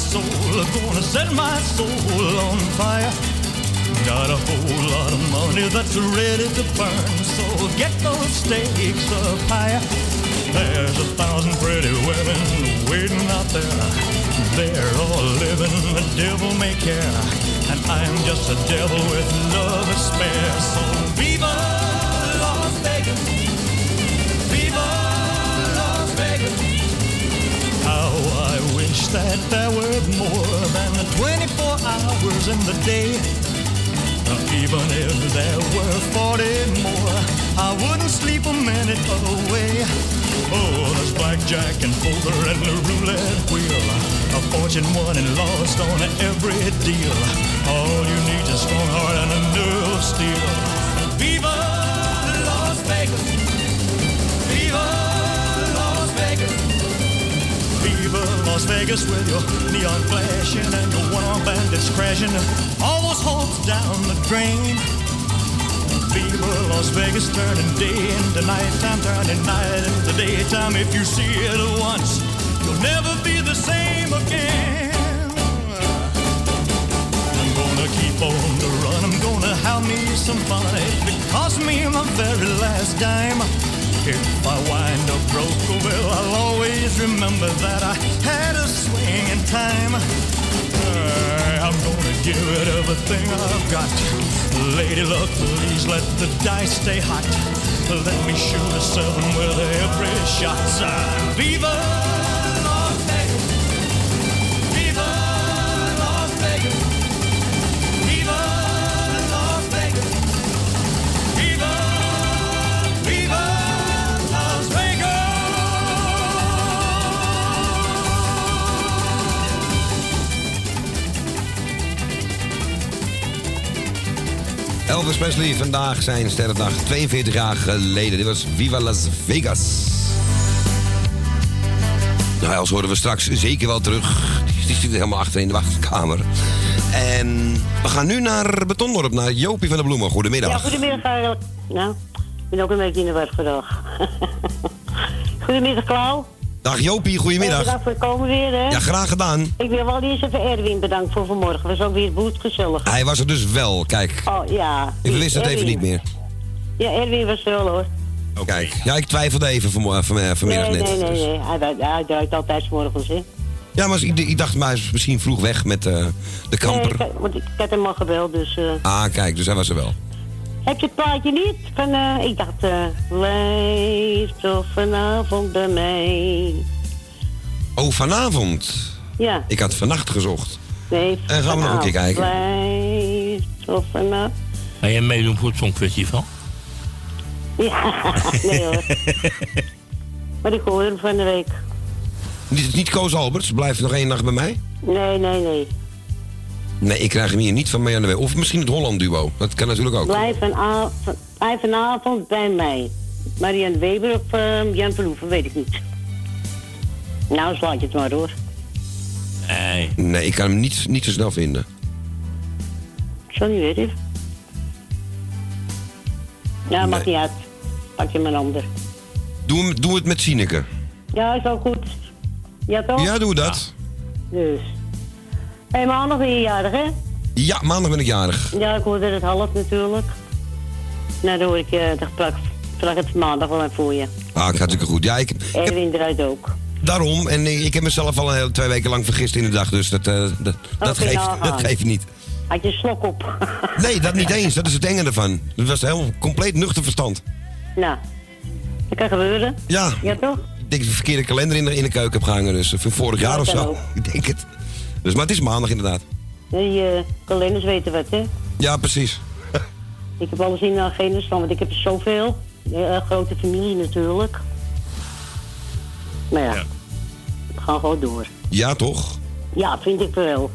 soul on fire. Got a whole lot of money that's ready to burn, so get those stakes up higher. There's 1,000 pretty women waiting out there. They're all living the devil may care, and I'm just a devil with love to spare. So viva Las Vegas, viva Las Vegas. How I wish that there were more than 24 hours in the day. Even if there were 40 more, I wouldn't sleep a minute away. Oh, there's blackjack and poker and the roulette wheel, a fortune won and lost on every deal. All you need is a strong heart and a nerve of steel. Viva Las Vegas, viva Las Vegas, viva Las Vegas with your neon flashing and your one-armed bandits crashing. All those hopes down the drain. Viva Las Vegas, turning day into nighttime, turning night into daytime. If you see it once, you'll never be the same again. I'm gonna keep on the run, I'm gonna have me some fun. If it costs me my very last dime, if I wind up broke, well, I'll always remember that I had a swing in time. I'm gonna give it everything I've got. Lady luck, please let the dice stay hot. Let me shoot a 7 with every shot. Viva Las Vegas, viva Las Vegas, viva Las Vegas, viva, viva Las Vegas. Elvis Presley, vandaag zijn sterrendag, 42 jaar geleden. Dit was Viva Las Vegas. Nou, Els horen we straks zeker wel terug. Die zit helemaal achter in de wachtkamer. En we gaan nu naar Betondorp, naar Jopie van der Bloemen. Goedemiddag. Ja, goedemiddag eigenlijk. Nou, ik ben ook een beetje in de war vandaag. Goedemiddag, Klauw. Dag Jopie, goedemiddag. Bedankt voor het komen weer, hè? Ja, graag gedaan. Ik wil wel eerst even Erwin bedanken voor vanmorgen. Het was ook weer goed gezellig. Hij was er dus wel, kijk. Oh, ja. Ik wist het even niet meer. Ja, Erwin was er wel, hoor. Kijk, ja, ik twijfelde even vanmiddag net. Nee. Hij draait altijd 's morgens, hè? Ja, maar ik dacht, maar hij is misschien vroeg weg met de kamper. Nee, want ik had hem al gebeld, dus... Kijk, dus hij was er wel. Heb je het plaatje niet? Ik dacht, blijf toch vanavond bij mij. Oh, vanavond? Ja. Ik had vannacht gezocht. Nee, en gaan we nog een keer kijken. Blijf toch vanavond. Ga jij meedoen voor het Songfestival? Ja, nee hoor. Maar ik hoor hem van de week. Niet Koos Alberts, blijft nog 1 nacht bij mij? Nee. Nee, ik krijg hem hier niet van mij aan de weg. Of misschien het Holland duo, dat kan natuurlijk ook. Blijf vanavond bij mij. Marianne Weber of Jan Verhoeven, weet ik niet. Nou, slaat je het maar hoor. Nee, ik kan hem niet zo snel vinden. Ik zal niet weten. Ja, maakt niet uit. Pak je maar een ander. Doe het met Sineke. Ja, is ook goed. Ja, toch? Ja, doe dat. Dus. Hé, maandag ben je jarig, hè? Ja, maandag ben ik jarig. Ja, ik hoorde het half natuurlijk. Nou, dan hoor ik je, vraag het maandag wel even voor je. Hartstikke goed. Ja, Erwin eruit ook. Daarom, en ik heb mezelf al 2 weken lang vergist in de dag, dus dat geeft niet. Had je slok op? Nee, dat niet eens. Dat is het enge ervan. Dat was heel compleet nuchter verstand. Nou, dat kan gebeuren. Ja. Ja, toch? Ik denk dat ik de verkeerde kalender in de keuken heb gehangen, dus van vorig jaar of zo. Ook. Ik denk het. Dus, maar het is maandag inderdaad. Die kalenders weten wat, hè? Ja, precies. Ik heb alles in de agenda staan, want ik heb er zoveel. Grote familie natuurlijk. Maar ja, we gaan gewoon door. Ja, toch? Ja, vind ik wel.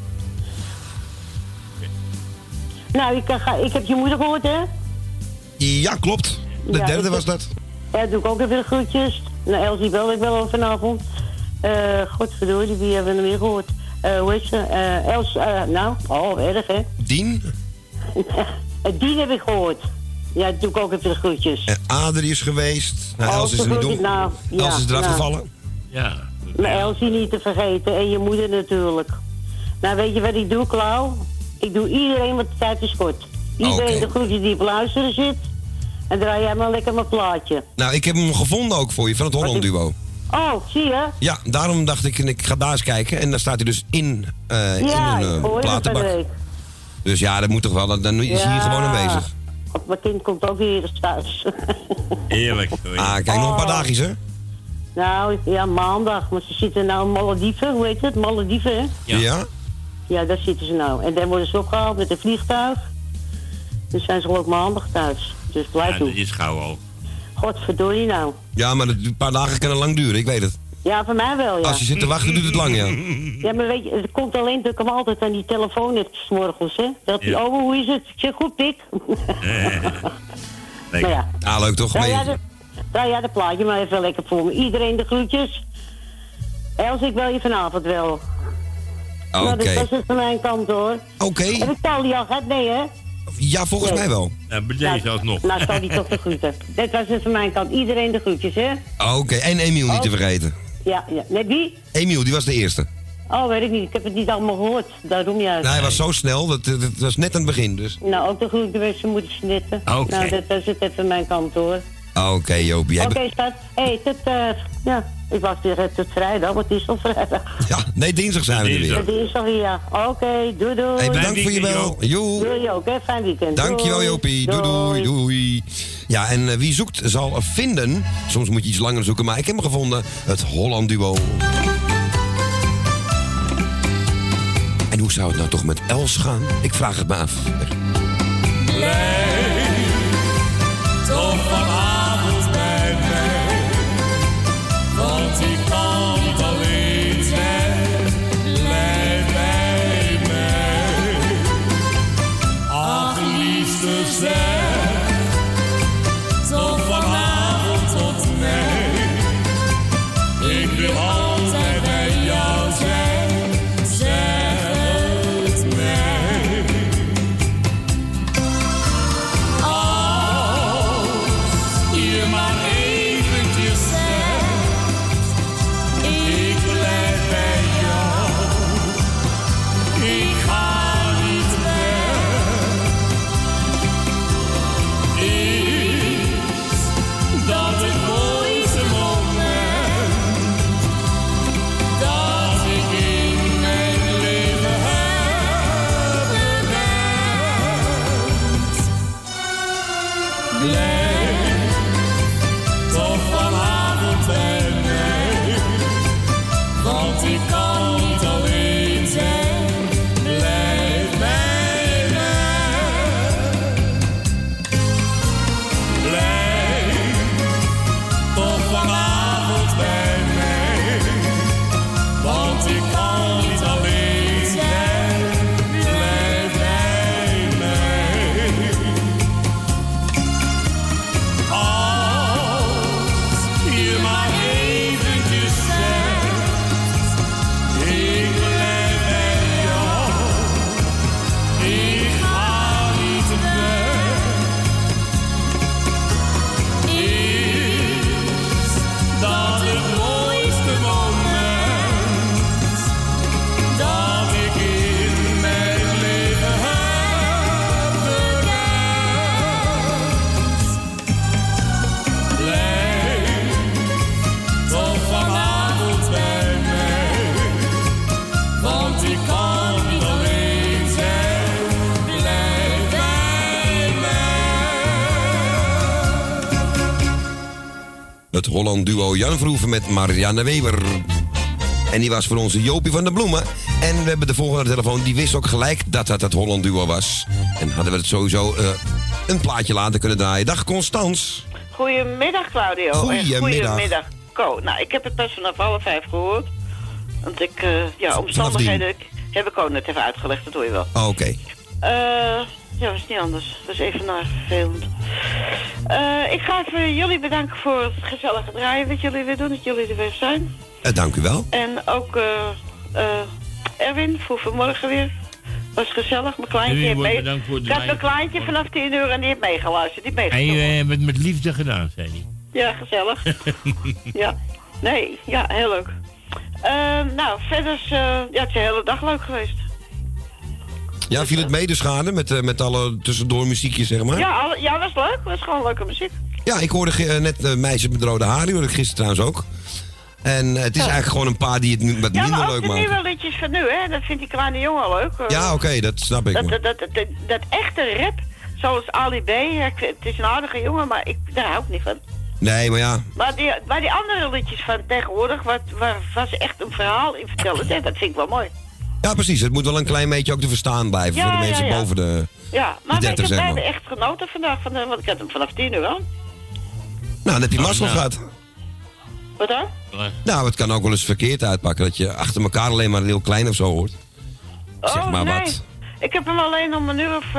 Nou, ik heb je moeder gehoord, hè? Ja, klopt. De derde was dat. Ja, doe ik ook even de groetjes. Nou, Elsie bel ik wel vanavond. Godverdorie, wie hebben we nog meer gehoord? Hoe heet ze? Erg, hè? Dien? Dien heb ik gehoord. Ja, doe ik ook even de groetjes. En Adrie is geweest. Nou, Els is er niet doen. Els is eraf gevallen. Ja. Maar Elsie niet te vergeten. En je moeder natuurlijk. Nou, weet je wat ik doe, Klauw? Ik doe iedereen wat de tijd is kort. Iedereen de groetjes die op luisteren zit. En draai jij maar lekker mijn plaatje. Nou, ik heb hem gevonden ook voor je, van het Holland duo. Oh, zie je? Ja, daarom dacht ik ga daar eens kijken. En dan staat hij dus in een platenbak. Dus ja, dat moet toch wel, dan is hij hier gewoon aanwezig. Mijn kind komt ook weer thuis. Eerlijk. Kijk, nog een paar dagjes, hè? Nou, ja, maandag. Maar ze zitten nou in Malediven, hoe heet het? Malediven, hè? Ja? Ja, daar zitten ze nou. En dan worden ze opgehaald met een vliegtuig. Dus zijn ze ook maandag thuis. Dus blijf doen. Ja, dat is gauw al. Godverdorie nou. Ja, maar een paar dagen kunnen lang duren, ik weet het. Ja, voor mij wel, ja. Als je zit te wachten, duurt het lang, ja. Ja, maar weet je, het komt alleen dat ik hem altijd aan die telefoon heb 's morgens, hè. Dat hij, hoe is het? Ik zeg, goed, pik. Maar ja. Ah, leuk toch? Draai jij de plaatje maar even lekker voor me. Iedereen de groetjes. Els, ik bel je vanavond wel. Nou, dat was het van mijn kant, hoor. Oké. Heb ik Tali al gehad? Nee, hè? Ja, volgens mij wel. Ja, bij deze alsnog. Nou, stel die toch de groeten. Dit was het van mijn kant. Iedereen de groetjes, hè? Oké, en Emiel niet te vergeten. Ja. Net wie? Emiel, die was de eerste. Oh, weet ik niet. Ik heb het niet allemaal gehoord. Daarom juist. Nou, hij was zo snel, dat was net aan het begin, dus. Nou, ook de groeten bij zijn moeder snitten. Oké. Nou, dat was het even van mijn kant, hoor. Oké, Jopie. Oké, schat. Hé, ik was weer tot vrijdag, want het is al vrijdag. Ja, nee, dinsdag zijn we er weer. Dinsdag weer, ja. Oké, doei. Hey, bedankt voor je bel. Doei ook, hè. Fijn weekend. Dankjewel, Jopie. Doei. Ja, en wie zoekt zal vinden. Soms moet je iets langer zoeken, maar ik heb hem gevonden. Het Holland duo. En hoe zou het nou toch met Els gaan? Ik vraag het me af. Blijf toch vanavond bij mij, want ik kan niet alleen zijn. Blijf bij mij, ach liefste zeg, toch vanavond tot mij. Ik wil altijd bij jou zijn, zeg het mij. Het Holland duo Jan Verhoeven met Marianne Weber. En die was voor onze Jopie van de Bloemen. En we hebben de volgende telefoon, die wist ook gelijk dat het Holland duo was. En hadden we het sowieso een plaatje laten kunnen draaien. Dag Constans. Goedemiddag Claudio. Goedemiddag. Ko. Nou, ik heb het pas vanaf 4:30 gehoord. Want ik, omstandigheden heb ik ook net even uitgelegd, dat hoor je wel. Oh, oké. Ja, dat is niet anders. Dat is even naar vervelend. Ik ga even jullie bedanken voor het gezellige draaien wat jullie weer doen, dat jullie er weer zijn. Dank u wel. En ook Erwin voor vanmorgen weer. Was gezellig, mijn kleintje heeft mee. Ik had mijn kleintje vanaf 10 uur en die heeft meegeluisterd. En met liefde gedaan, zei hij. Ja, gezellig. Ja, nee, ja, heel leuk. Nou, verder ja, het is de hele dag leuk geweest. Ja, viel het mee de schade met alle tussendoor muziekjes, zeg maar? Ja, was leuk. Was gewoon leuke muziek. Ja, ik hoorde net Meisje met rode haren, die hoorde ik gisteren trouwens ook. En het is eigenlijk gewoon een paar die het wat minder leuk maken. Ja, maar ook de nieuwe liedjes van nu, hè. Dat vindt die kleine jongen leuk. Ja, oké, dat snap ik. Dat echte rap, zoals Ali B. Het is een aardige jongen, maar daar hou ik niet van. Nee, maar ja. Maar die andere liedjes van tegenwoordig, waar ze echt een verhaal in vertellen, dat vind ik wel mooi. Ja, precies. Het moet wel een klein beetje ook te verstaan blijven voor de mensen boven de 30, zeg maar. Wij hebben echt genoten vandaag, want ik had hem vanaf 10 uur aan. Nou, dan heb je mazzel gehad. Wat dan? Nou, het kan ook wel eens verkeerd uitpakken dat je achter elkaar alleen maar heel klein of zo hoort. Zeg maar nee. wat. Ik heb hem alleen om 1 uur of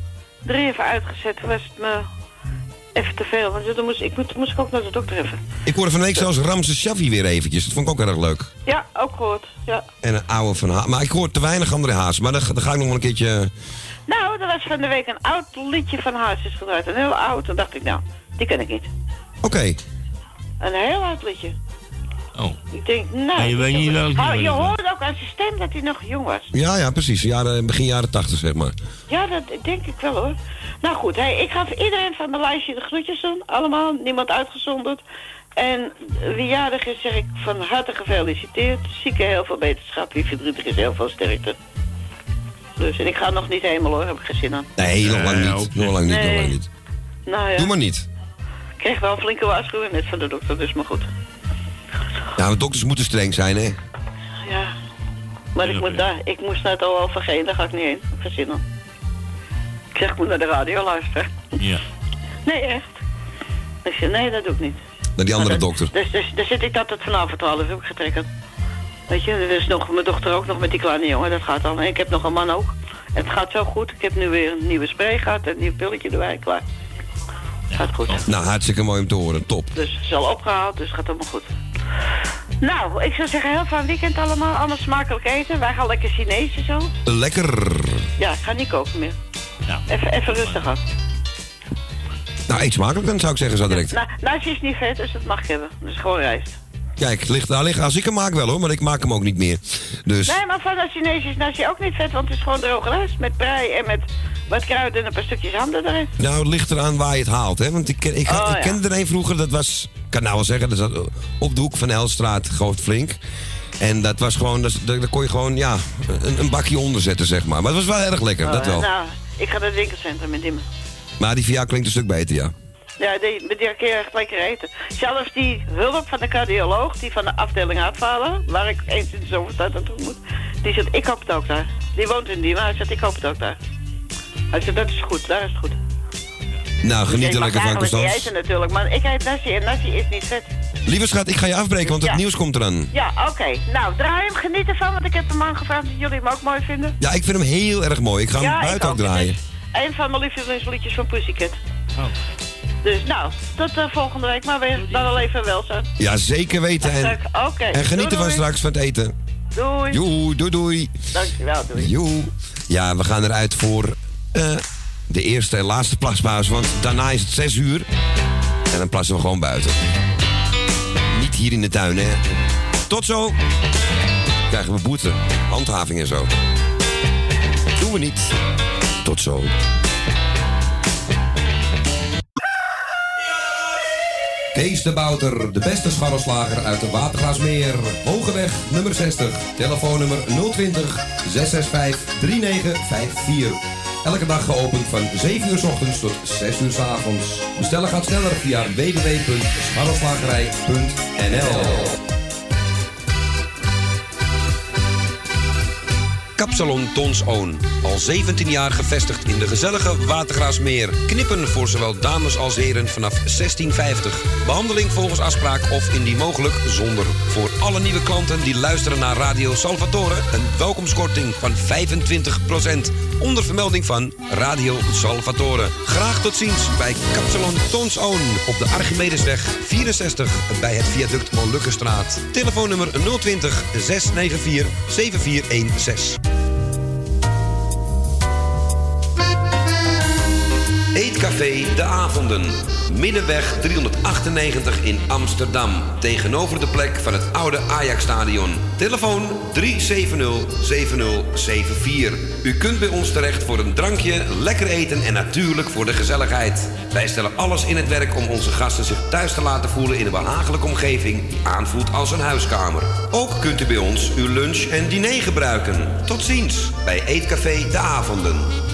3 even uitgezet. Toen was het me even te veel. Want dan moest ik ook naar de dokter even. Ik hoorde van de week zelfs Ramses Shaffi weer eventjes. Dat vond ik ook erg leuk. Ja, ook gehoord. Ja. En een oude van Haas. Maar ik hoor te weinig andere Haas. Maar dan ga ik nog wel een keertje... Nou, er was van de week een oud liedje van Haas is gedraaid. Een heel oud. Toen dacht ik, nou, die ken ik niet. Oké. Een heel oud liedje. Oh. Ik denk, nou... je weet niet welke je hoorde ook aan zijn stem dat hij nog jong was. Ja, precies. Begin jaren 80, zeg maar. Ja, dat denk ik wel, hoor. Nou goed, ik ga voor iedereen van mijn lijstje de groetjes doen. Allemaal, niemand uitgezonderd. En wie jarig is, zeg ik van harte gefeliciteerd. Zieke heel veel beterschap. Wie verdrietig is, heel veel sterkte. Dus, en ik ga nog niet helemaal, hoor. Heb ik geen zin aan. Nee, nog lang niet. Nog lang niet. Nou, ja. Doe maar niet. Ik kreeg wel een flinke waarschuwing net van de dokter, dus maar goed. Ja, maar dokters moeten streng zijn, hè? Ja. Maar ik moest naar het OLVG, daar ga ik niet heen. Ik heb geen zin aan. Ik zeg, ik moet naar de radio luisteren. Ja. Nee, echt. Ik zeg, nee, dat doe ik niet. Naar die andere dokter. Dus daar zit ik altijd vanavond 12 uur heb ik getrokken. Weet je, er is nog mijn dochter ook nog met die kleine jongen, dat gaat al. En ik heb nog een man ook. En het gaat zo goed. Ik heb nu weer een nieuwe spray gehad en een nieuw pilletje erbij, klaar. Gaat goed. Nou, hartstikke mooi om te horen. Top. Dus het is al opgehaald, dus het gaat allemaal goed. Nou, ik zou zeggen, heel fijn weekend allemaal. Allemaal smakelijk eten. Wij gaan lekker Chinees en zo. Lekker. Ja, ik ga niet koken meer. Ja. Even rustig aan. Nou, eet smakelijk dan, zou ik zeggen, zo direct. Nasi is niet vet, dus dat mag ik hebben. Dus gewoon rijst. Kijk, als ik hem maak wel hoor, maar ik maak hem ook niet meer. Dus... Nee, maar van dat Chinees is nasi ook niet vet, want het is gewoon droge rijst. Met prei en met wat kruiden en een paar stukjes handen erin. Nou, het ligt eraan waar je het haalt, hè. Want ik kende er een vroeger, dat was... Ik kan nou wel zeggen, dat zat op de hoek van Elstraat, groot flink. En dat was gewoon, daar kon je gewoon, ja, een bakje onder zetten, zeg maar. Maar het was wel erg lekker, dat wel. Nou, ik ga naar het winkelcentrum in Diemen. Maar die van jou klinkt een stuk beter, ja. Ja, die kun je echt lekker eten. Zelfs die hulp van de cardioloog, die van de afdeling uitvallen, waar ik eens in de zomertijd naartoe moet, die zegt, ik koop het ook daar. Die woont in Diemen, hij zegt, ik koop het ook daar. Hij zegt, dat is goed, daar is het goed. Nou, geniet er lekker van, Constans. Ik eten natuurlijk, maar ik eet nasi en nasi is niet vet. Lieve schat, ik ga je afbreken, want het nieuws komt eraan. Ja, oké. Nou, draai hem, geniet ervan, want ik heb hem aangevraagd dat jullie hem ook mooi vinden. Ja, ik vind hem heel erg mooi. Ik ga hem buiten ook draaien. Een van mijn lievelingsliedjes van Pussycat. Oh. Dus nou, tot volgende week, maar weer dan al even wel zo. Ja, zeker weten. En geniet ervan straks van het eten. Doei. Doei. Dankjewel, doei. Joe. Ja, we gaan eruit voor de eerste en laatste plaspauze, want daarna is het 6 uur. En dan plassen we gewoon buiten. Niet hier in de tuin, hè. Tot zo. Krijgen we boete, handhaving en zo. Doen we niet. Tot zo. Kees de Bouter, de beste scharrelslager uit de Watergraasmeer. Hogeweg nummer 60, telefoonnummer 020 665 3954. Elke dag geopend van 7 uur 's ochtends tot 6 uur 's avonds. Bestellen gaat sneller via www.scharrelslagerij.nl. Kapsalon Tons Oon. Al 17 jaar gevestigd in de gezellige Watergraasmeer. Knippen voor zowel dames als heren vanaf 16,50. Behandeling volgens afspraak of indien mogelijk zonder. Voor alle nieuwe klanten die luisteren naar Radio Salvatore een welkomstkorting van 25%. Onder vermelding van Radio Salvatore. Graag tot ziens bij Kapsalon Tons Oon op de Archimedesweg 64 bij het viaduct Molukkenstraat. Telefoonnummer 020 694 7416. Eetcafé De Avonden. Middenweg 398 in Amsterdam. Tegenover de plek van het oude Ajax-stadion. Telefoon 370-7074. U kunt bij ons terecht voor een drankje, lekker eten en natuurlijk voor de gezelligheid. Wij stellen alles in het werk om onze gasten zich thuis te laten voelen in een behagelijke omgeving die aanvoelt als een huiskamer. Ook kunt u bij ons uw lunch en diner gebruiken. Tot ziens bij Eetcafé De Avonden.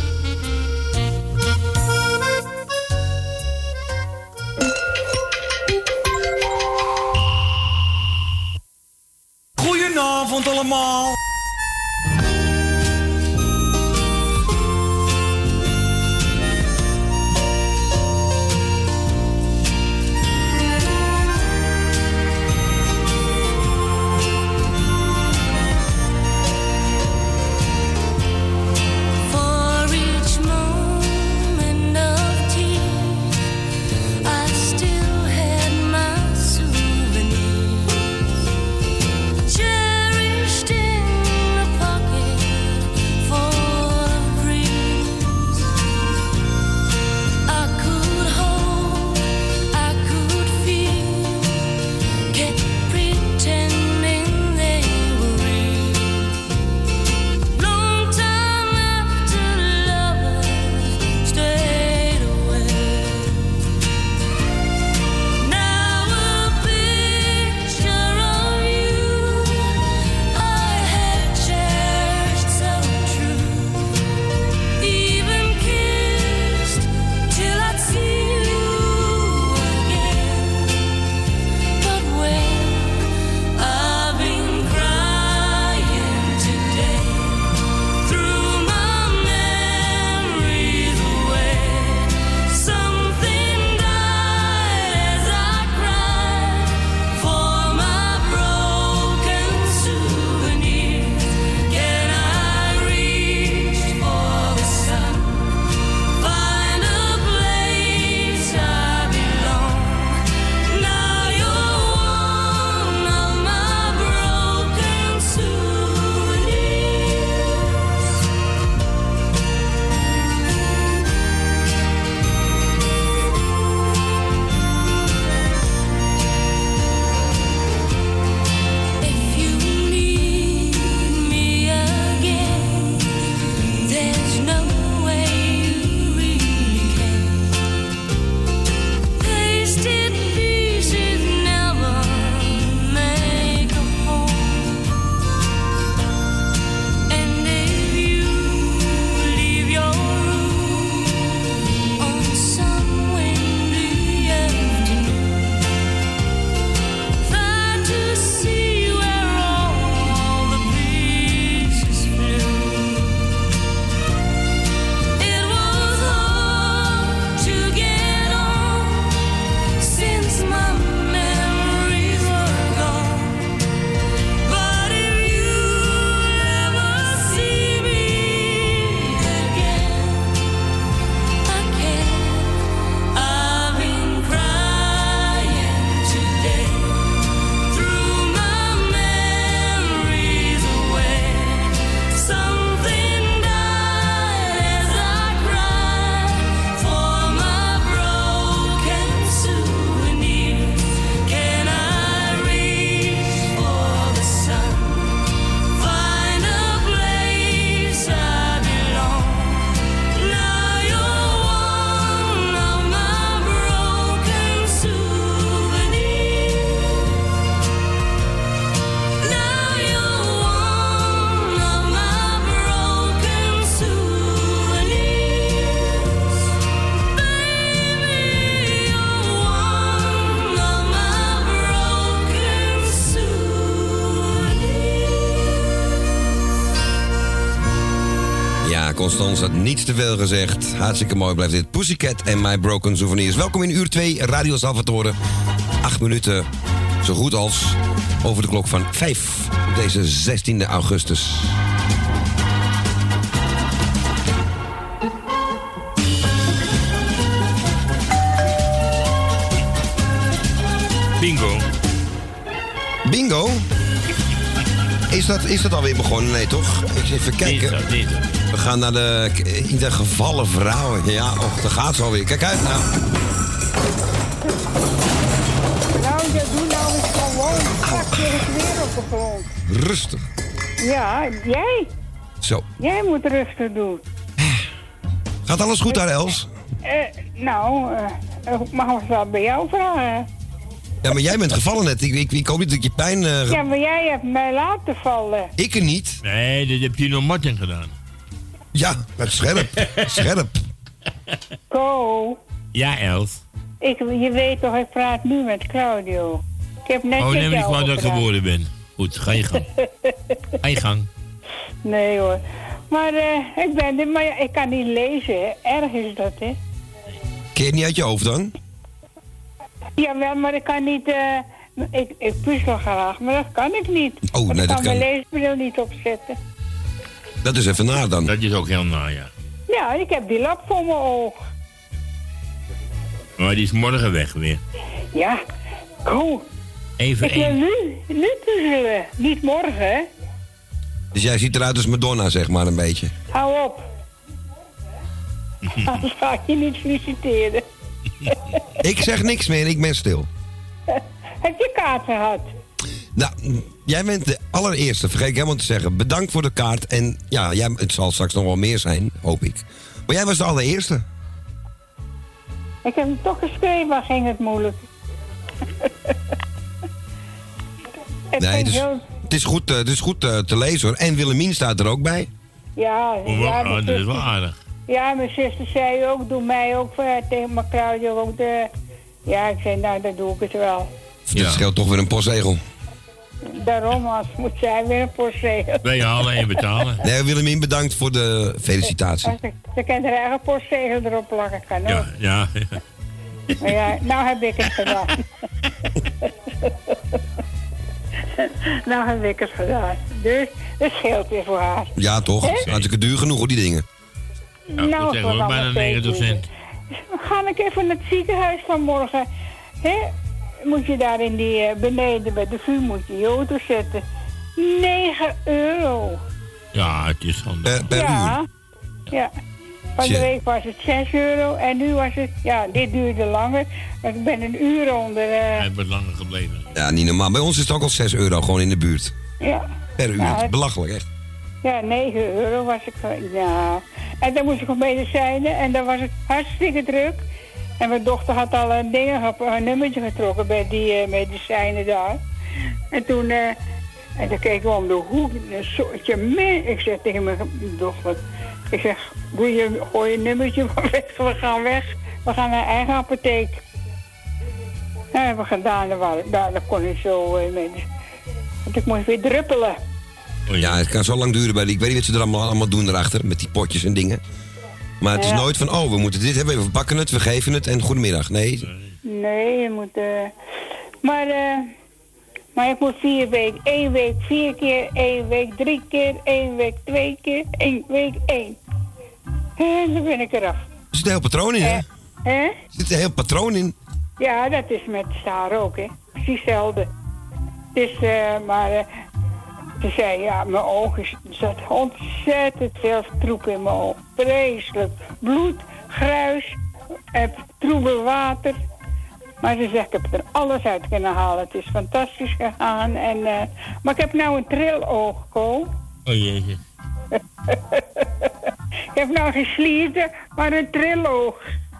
Goedenavond allemaal. Cherished in Ja, Constance had niets te veel gezegd. Hartstikke mooi blijft dit. Pussycat en My Broken Souvenirs. Welkom in uur 2, Radio Salvatore. 8 minuten, zo goed als over de klok van 5 op deze 16e augustus. Bingo. Bingo? Is dat alweer begonnen? Nee, toch? Even kijken. We gaan naar de gevallen vrouwen. Ja, daar gaat ze alweer. Kijk uit nou. Nou, dat doe nou eens gewoon. Pak je het weer op de grond. Rustig. Ja, jij? Zo. Jij moet rustig doen. Gaat alles goed daar, Els? Ik mag het wel bij jou vragen. Ja, maar jij bent gevallen net. Ik hoop niet dat je pijn... Ja, maar jij hebt mij laten vallen. Ik er niet. Nee, dat heb je nog Martin gedaan. Ja, met scherp. Scherp. Ko. Ja, Els. Je weet toch, ik praat nu met Claudio. Ik heb net nee, maar ik wou dat ik geboren ben. Goed, ga je gang. Ga je gang. Nee hoor. Maar ik ben er, maar ik kan niet lezen, hè. Erg is dat, hè. Ken je het niet uit je hoofd dan? Jawel, maar ik kan niet... Ik puzzel graag, maar dat kan ik niet. Oh, nee, ik dat kan kan... mijn leesbril niet opzetten. Dat is even naar dan. Dat is ook heel naar, ja. Ja, ik heb die lap voor mijn oog. Maar die is morgen weg weer. Ja, cool. Even ik wil nu puzzelen, niet morgen, hè. Dus jij ziet eruit als Madonna, zeg maar, een beetje. Hou op. Anders ga ik je niet feliciteren. Ik zeg niks meer, ik ben stil. Heb je kaart gehad? Nou, jij bent de allereerste, vergeet ik helemaal te zeggen. Bedankt voor de kaart. En ja, het zal straks nog wel meer zijn, hoop ik. Maar jij was de allereerste. Ik heb hem toch geschreven, maar ging het moeilijk. Nee, het is goed te lezen hoor. En Willemien staat er ook bij. Ja, dat is wel aardig. Ja, mijn zuster zei ook, doe mij ook tegen mijn Claudio ook de... Ja, ik zei, nou, dan doe ik het wel. Dit scheelt toch weer een postzegel. Daarom, als moet zij weer een postzegel. Wij halen en betalen. Nee, Willemien, bedankt voor de felicitatie. Ze kan haar eigen postzegel erop plakken, kan ook. Ja. Maar ja, nou heb ik het gedaan. Nou heb ik het gedaan. Dus het scheelt weer voor haar. Ja, toch? Hartstikke duur genoeg hoor, die dingen. Ja, nou, dat zeggen we bijna 9 cent. Ga ik even naar het ziekenhuis vanmorgen. Hè? Moet je daar in die beneden bij de vuur moet je je auto zetten. €9. Ja, het is van per uur. Ja. Van de week was het €6 en nu was het... Ja, dit duurde langer. Want ik ben een uur onder... Hij wordt langer gebleven. Ja, niet normaal. Bij ons is het ook al €6 gewoon in de buurt. Ja. Per uur. Ja, belachelijk, echt. Ja, €9 was ik... Ja. En dan moest ik op medicijnen en dan was het hartstikke druk. En mijn dochter had al een nummertje getrokken bij die medicijnen daar. En toen... en dan keek ik om de hoek. Een soortje mee. Ik zeg tegen mijn dochter... Ik zeg, gooi je nummertje maar weg. We gaan weg. We gaan naar eigen apotheek. Dat hebben we gedaan. Daar kon ik zo mee. Want ik moest weer druppelen. Ja, het kan zo lang duren bij die... Ik weet niet wat ze er allemaal doen erachter. Met die potjes en dingen. Maar het is nooit van... we moeten dit hebben. We pakken het, we geven het en goedemiddag. Nee. Nee, je moet... Maar ik moet 4 weken. 1 week 4 keer. 1 week 3 keer. 1 week 2 keer. 1 week 1. En dan ben ik eraf. Er zit een heel patroon in, hè? Er zit een heel patroon in. Ja, dat is met staar ook, hè. Precies hetzelfde. Dus, ze zei, ja, mijn ogen, er zat ontzettend veel troep in mijn ogen. Vreselijk. Bloed, gruis, troebel water. Maar ze zegt, ik heb er alles uit kunnen halen. Het is fantastisch gegaan. Maar ik heb nou een triloog, Ko. Oh jeetje. Ik heb nou geen slierten, maar een triloog.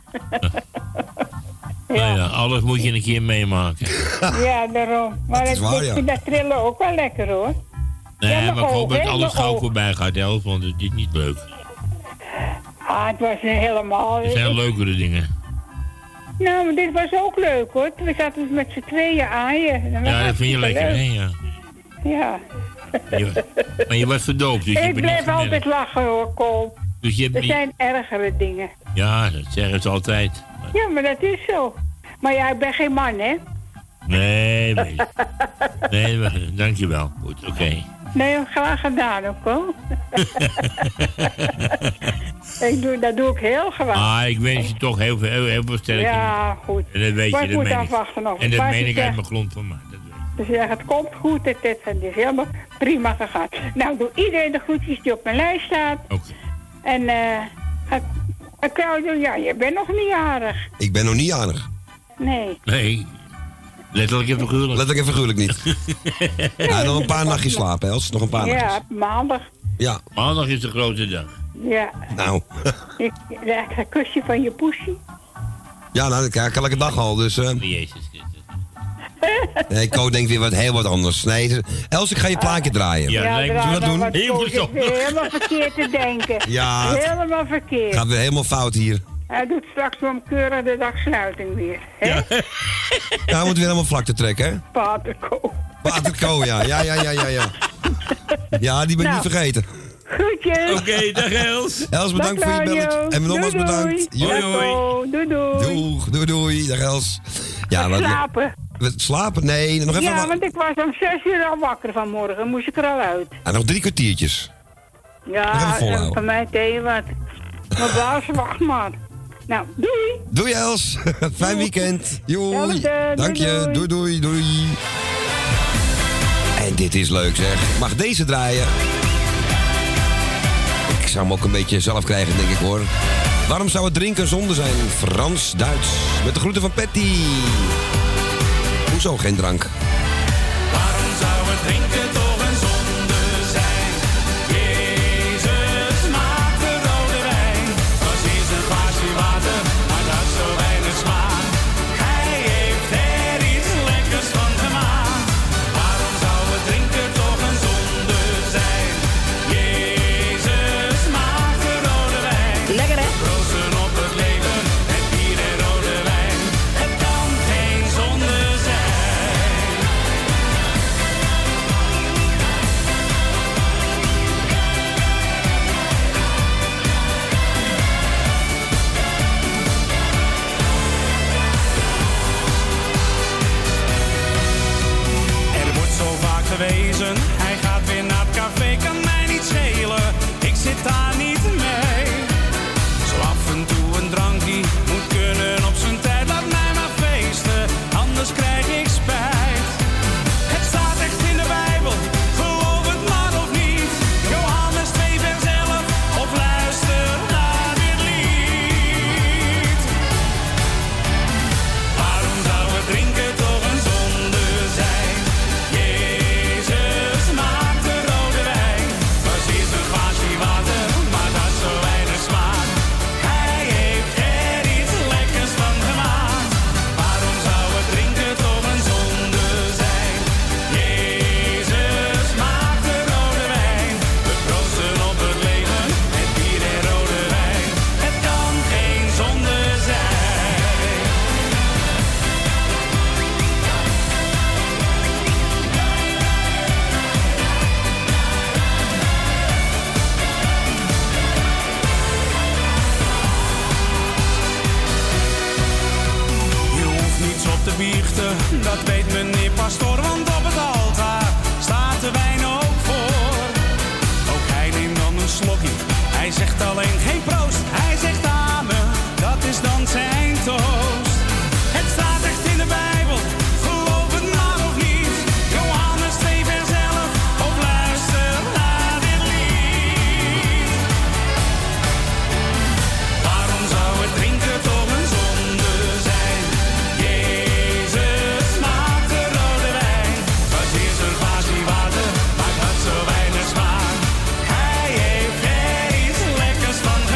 Ja, alles moet je een keer meemaken. Ja, daarom. Maar ik vind dat trillen ook wel lekker, hoor. Nee, maar ik hoop dat alles gauw voorbij gaat, Els, want het is niet leuk. Ah, het was helemaal... Er zijn leukere dingen. Nou, maar dit was ook leuk, hoor. We zaten met z'n tweeën aan je. Ja, dat vind je lekker, hè, ja. Ja. Maar je was verdoopt, dus ik bleef altijd lachen, hoor, Kool. Dus je hebt Er zijn ergere dingen. Ja, dat zeggen ze altijd. Ja, maar dat is zo. Maar ja, ik ben geen man, hè? Nee, dankjewel. Goed, oké. Nee, graag gedaan ook, hoor. Dat doe ik heel graag. Ik wens je toch heel veel sterkte. Ja, goed. En dat weet maar je, dat moet meen afwachten nog. En dat Maar meen ze ik uit zegt- mijn grond van mij. Ze zeggen, het komt goed, het is helemaal prima gegaan. Nou, doe iedereen de groetjes die op mijn lijst staat. Oké. En, Claudio, ja, je bent nog niet jarig. Ik ben nog niet jarig. Nee. Nee. Letterlijk en figuurlijk. Letterlijk en figuurlijk niet. Ja, nog een paar nachtjes slapen, Els. Nog een paar nachtjes. Ja, maandag. Ja. Maandag is de grote dag. Ja. Nou. Ik krijg een kusje van je poesie. Ja, nou, dat krijg ik elke dag al, dus... Jezus. Nee, Ko denkt weer heel wat anders. Nee, Els, ik ga je plaatje draaien. Ja, Zullen we dat doen? Heel helemaal verkeerd te denken. Ja. Helemaal verkeerd. Gaat weer helemaal fout hier. Hij doet straks om keurig de dagsluiting weer. Hè? Ja, we moeten weer helemaal vlak te trekken, hè? Paterko. Paterko, ja. Ja, die ben ik Nou. niet vergeten. Groetjes. Oké, dag Els. Els, bedankt voor je belletje. En nogmaals Doei, bedankt. doei. Hoi. Doei, doei. Doei. Dag Els. Ja, Slapen. Slapen? Nee, nog even Ja, want ik was om 6 uur al wakker vanmorgen. Moest ik er al uit. nog 3 kwartiertjes. Nog even Ja, volhouden. van mij tegen wat. Mijn baas wacht maar. Nou, doei. Doei Els. Fijn weekend. Doei. Hetzelfde. Dank je. Doei. En dit is leuk zeg. Ik mag deze draaien. Ik zou hem ook een beetje zelf krijgen, denk ik hoor. Waarom zou het drinken zonde zijn? Frans-Duits. Met de groeten van Patty. Hoezo geen drank? Waarom zou het drinken toch een zonde zijn? Jezus maakte rode wijn. Was eerst een glaasje water, maar dat zo weinig smaak. Hij heeft er iets lekkers van gemaakt. Waarom zou het drinken toch een zonde zijn? Jezus maakte rode wijn. Lekker hè? Proosten op het leven, het bier en rode wijn. Het kan geen zonde zijn. Er wordt zo vaak gewezen, hij gaat weer naar het café, kan mij niet schelen, ik zit daar niet mee. Zo af en toe een drankje, moet kunnen op zijn tijd, laat mij maar feesten, anders krijg ik spijt. Het staat echt in de Bijbel, geloof het maar of niet, Johannes 2 vers 11, of luister naar dit lied. Waarom zou het drinken toch een zonde zijn? Jezus maakte rode wijn. Was eerst een glaasje water, maar dat zo weinig smaak. Hij heeft er iets lekkers van gemaakt. Waarom zou het drinken toch een zonde zijn? Jezus maakte rode wijn. We proosten op het leven, het bier en rode wijn. Het kan geen zonde zijn. Je hoeft niets op te biechten, dat weet meneer pastoor, want op het altaar staat de wijn ook voor. Ook hij neemt dan een slokje, hij zegt alleen geen proost, hij zegt amen, dat is dan zijn toast. Het staat echt in de Bijbel, geloof het maar of niet, Johannes 2 vers 11, of luister naar dit lied. Waarom zou het drinken toch een zonde zijn? Jezus maakte rode wijn. Was eerst een glaasje water, maar dat zo weinig smaak. Hij heeft er iets lekkers van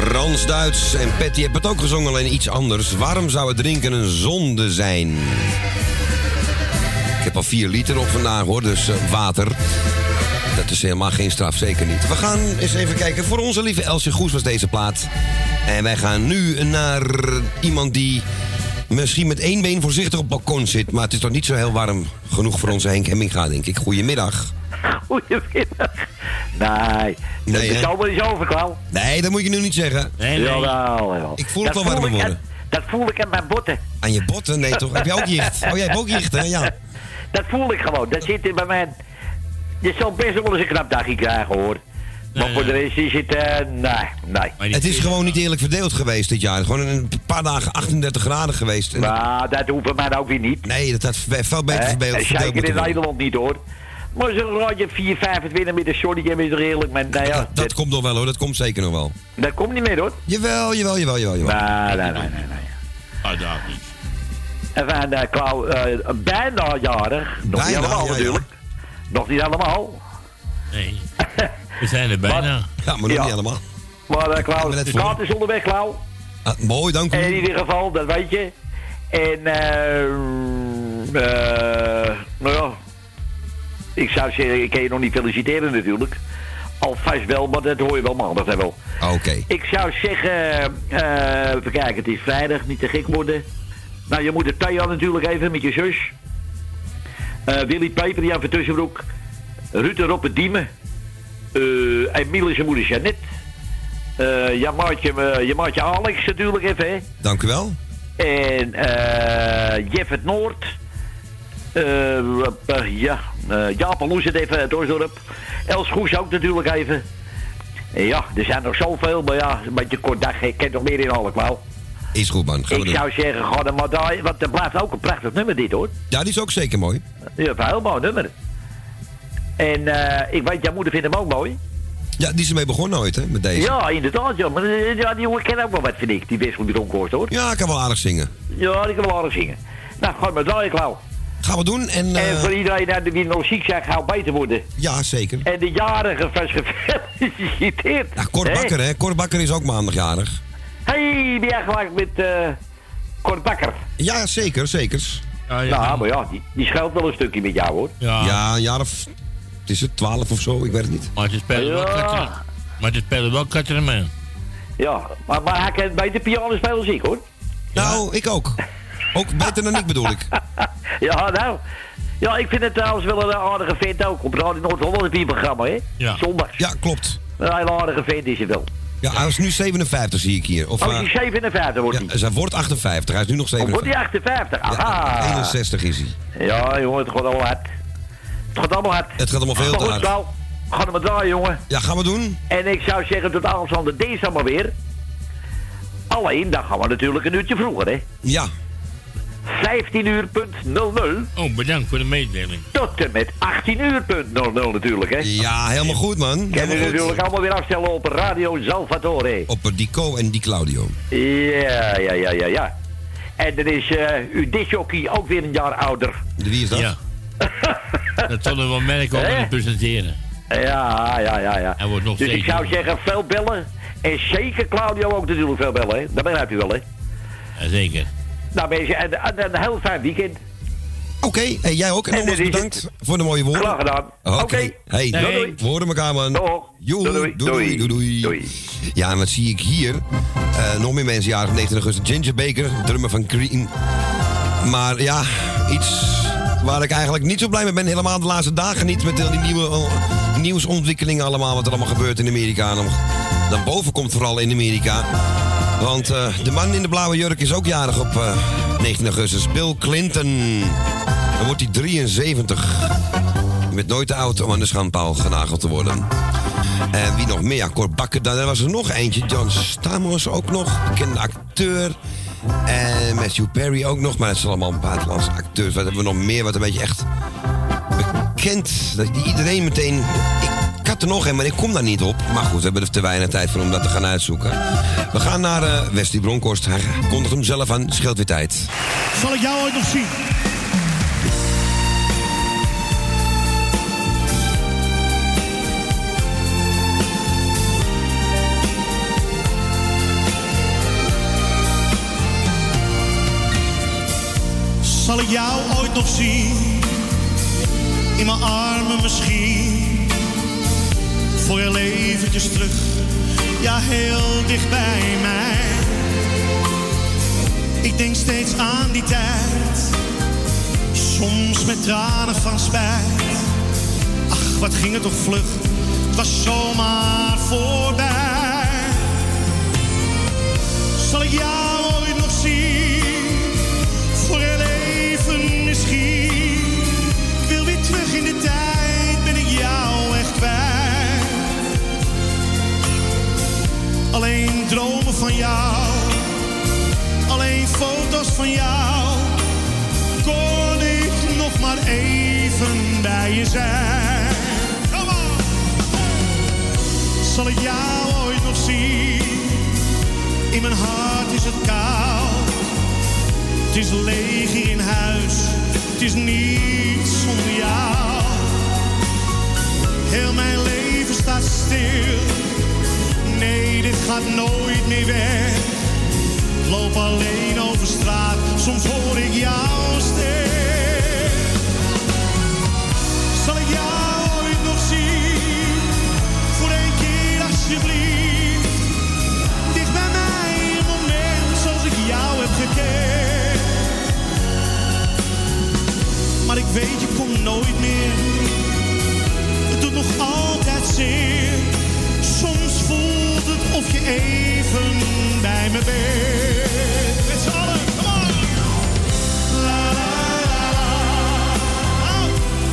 Frans-Duits. En Patty heeft het ook gezongen, alleen iets anders. Waarom zou het drinken een zonde zijn? Ik heb al 4 liter op vandaag, hoor, dus water. Dat is helemaal geen straf, zeker niet. We gaan eens even kijken. Voor onze lieve Elsje Goes was deze plaat. En wij gaan nu naar iemand die misschien met 1 been voorzichtig op het balkon zit. Maar het is toch niet zo heel warm genoeg voor onze Henk Hemminga, denk ik. Goedemiddag. Goedemiddag. Nee, dat is allemaal niet over, Klauw. Nee, dat moet je nu niet zeggen. Nee. Jawel. Ik voel het wel warm worden. Dat voel ik aan mijn botten. Aan je botten? Nee, toch? Heb je ook jicht? Oh, jij hebt ook jicht, hè? Ja. Dat voel ik gewoon. Dat zit in bij mij. Je zal best wel eens een knap dagje krijgen, hoor. Maar voor de rest is het, nee. Het is gewoon niet eerlijk verdeeld geweest dit jaar. Gewoon een paar dagen 38 graden geweest. Maar dat hoeft bij mij ook weer niet. Nee, dat had veel beter verdeeld zeker in Nederland niet, hoor. Maar zo'n rondje 4, 25 met de zonnetje is toch eerlijk, man. Nou ja, dat komt nog wel, hoor. Dat komt zeker nog wel. Dat komt niet meer, hoor. Jawel. Nee. Ah, dat niet. En Klauw, bijna jarig. Nog niet allemaal, natuurlijk. Nog niet allemaal. Nee. We zijn er bijna. Ja, maar nog niet allemaal. Maar Klauw, de kaart is onderweg, Klauw. Mooi, dank u. In ieder geval, dat weet je. En, nou ja. Ik zou zeggen, ik kan je nog niet feliciteren natuurlijk. Alvast wel, maar dat hoor je wel maandag wel. Oké. Ik zou zeggen, even kijken, het is vrijdag, niet te gek worden. Nou, je moet de Thea natuurlijk even met je zus. Willy Peper, Jan van Tussenbroek. Ruud en Roppe Diemen. Emiel en zijn moeder Jeannette. Je maatje Alex natuurlijk even, hè. Dank u wel. En Jeff het Noord. Jaap en Loes het even het Oosdorp. Els Goes ook natuurlijk even. Ja, er zijn nog zoveel, maar ja, een beetje kort dag. Ik ken nog meer in Alkmaar. Is goed, man. Gaan we zou zeggen, ga er maar daar, want er blijft ook een prachtig nummer dit, hoor. Ja, die is ook zeker mooi. Ja, een heel mooi nummer. En ik weet, jouw moeder vindt hem ook mooi. Ja, die is ermee begonnen ooit, hè, met deze. Ja, inderdaad, ja. Maar die jongen kent ook wel wat, vind ik. Die Wessel Bronkhorst, hoor. Ja, ik kan wel aardig zingen. Ja, die kan wel aardig zingen. Nou, ga maar draaien, Klauw. Gaan we doen. En voor iedereen die nog ziek zijn, gaat beter worden. Ja, zeker. En de jarigen vast gefeliciteerd. Ja, Cor Bakker, hè. Cor Bakker is ook maandagjarig. Hey, ben jij gelijk met Cor Bakker? Ja, zeker. Nou, maar ja, die schuilt wel een stukje met jou, hoor. Ja, een jaar of... Het is het 12 of zo, ik weet het niet. Maar ze spelen wel Katterman. Ja, maar hij kan beter piano spelen als ik, hoor. Nou, ik ook. Ook beter dan ik, bedoel ik. Ja, nou. Ja, ik vind het trouwens wel een aardige vent ook. Op Radio Noord-Holland heb je een programma, hè? Ja. Zondags. Ja, klopt. Een hele aardige vent is hij wel. Ja, hij is nu 57, zie ik hier. Of, is hij 57 wordt hij? Ja, hij wordt 58, hij is nu nog 57. Wordt hij 58? Aha. Ja, 61 is hij. Ja, jongen, het gaat allemaal hard. Het gaat allemaal veel te hard. Nou, gaan we maar draaien, jongen. Ja, gaan we doen. En ik zou zeggen, tot aanstaande dinsdag maar weer. Alleen, dan gaan we natuurlijk een uurtje vroeger, hè? Ja. 15:00. Oh, bedankt voor de mededeling. Tot en met 18:00 natuurlijk, hè? Ja, helemaal goed, man. Kunnen we natuurlijk allemaal weer afstellen op Radio Salvatore. Op Dico en Di Claudio. Ja. En dan is uw disjockey ook weer een jaar ouder. Wie is dat? Ja. Dat zullen we wel merken om te presenteren. Ja. Hij wordt nog dus steeds ik zou zeggen, veel bellen. En zeker Claudio ook natuurlijk veel bellen, hè? Dat begrijp je wel, hè? Jazeker. Nou mensen, en een heel fijn weekend. Oké, hey, jij ook. En nogmaals bedankt voor de mooie woorden. Graag gedaan. Oké. Hey, doei. We horen elkaar, man. Doei. Ja, en wat zie ik hier? Nog meer mensen jarig op 19 augustus. Ginger Baker, drummer van Cream. Maar ja, iets waar ik eigenlijk niet zo blij mee ben. Helemaal de laatste dagen niet. Met die nieuwe nieuwsontwikkelingen allemaal. Wat er allemaal gebeurt in Amerika. En dan boven komt vooral in Amerika. Want de man in de blauwe jurk is ook jarig op 19 augustus. Bill Clinton. Dan wordt hij 73. Je bent nooit te oud om aan de schandpaal genageld te worden. En wie nog meer? Ja, Cor Bakker. Daar was er nog eentje. John Stamos ook nog. Bekende acteur. En Matthew Perry ook nog. Maar het zijn allemaal buitenlandse acteurs. Wat hebben we nog meer? Wat een beetje echt bekend. Dat iedereen meteen... Ik had er nog een, maar ik kom daar niet op. Maar goed, we hebben er te weinig tijd voor om dat te gaan uitzoeken. We gaan naar Wesley Bronkhorst. Hij kondigt hem zelf aan. Scheelt weer tijd. Zal ik jou ooit nog zien? ik jou ooit nog zien? In mijn armen misschien. Voor heel eventjes terug, ja heel dicht bij mij. Ik denk steeds aan die tijd, soms met tranen van spijt. Ach, wat ging het toch vlug, het was zomaar voorbij. Zal ik jou ooit nog zien, voor heel even misschien. Ik wil weer terug in de tijd, ben ik jou echt kwijt. Alleen dromen van jou, alleen foto's van jou, kon ik nog maar even bij je zijn. Come on. Zal ik jou ooit nog zien? In mijn hart is het koud. Het is leeg hier in huis. Het is niets zonder jou. Heel mijn leven staat stil. Nee, dit gaat nooit meer weg. Ik loop alleen over straat, soms hoor ik jouw stem. Zal ik jou ooit nog zien, voor één keer alsjeblieft. Dicht bij mij een moment zoals ik jou heb gekend. Maar ik weet, je komt nooit meer. Het doet nog altijd zeer. Soms voelt het of je even bij me bent. Met z'n allen, come on! La la la la. Oh.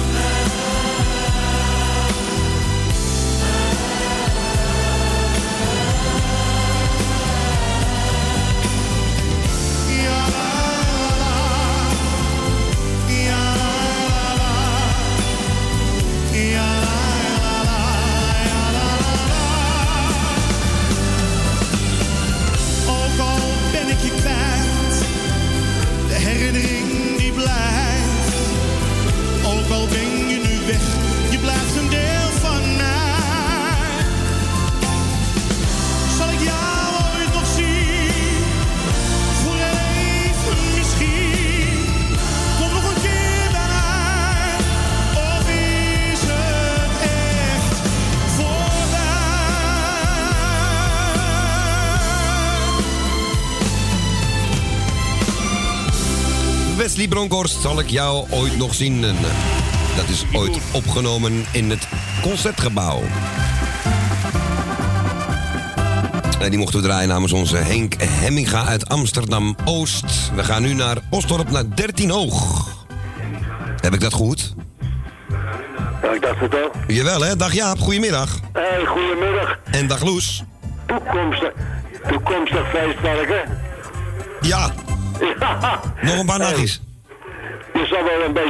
Ja la la la. Ja la la la. Ja la. Herinnering die blijft. Ook al ben je nu weg, je blijft een deel van mij. Zal ik jou ooit nog zien? Voor even misschien. Kom nog een keer bij mij. Of is het echt voorbij? Wesley Bronkhorst, zal ik jou ooit nog zien? En, dat is ooit opgenomen in het Concertgebouw. En die mochten we draaien namens onze Henk Hemminga uit Amsterdam-Oost. We gaan nu naar Osdorp, naar 13 Hoog. Heb ik dat goed? Ja, ik dacht het wel. Jawel hè, dag Jaap, goedemiddag. Hey, goedemiddag. En dag Loes. Toekomstig feestvarken. Ja. Nog een paar nachtjes. Je zal wel een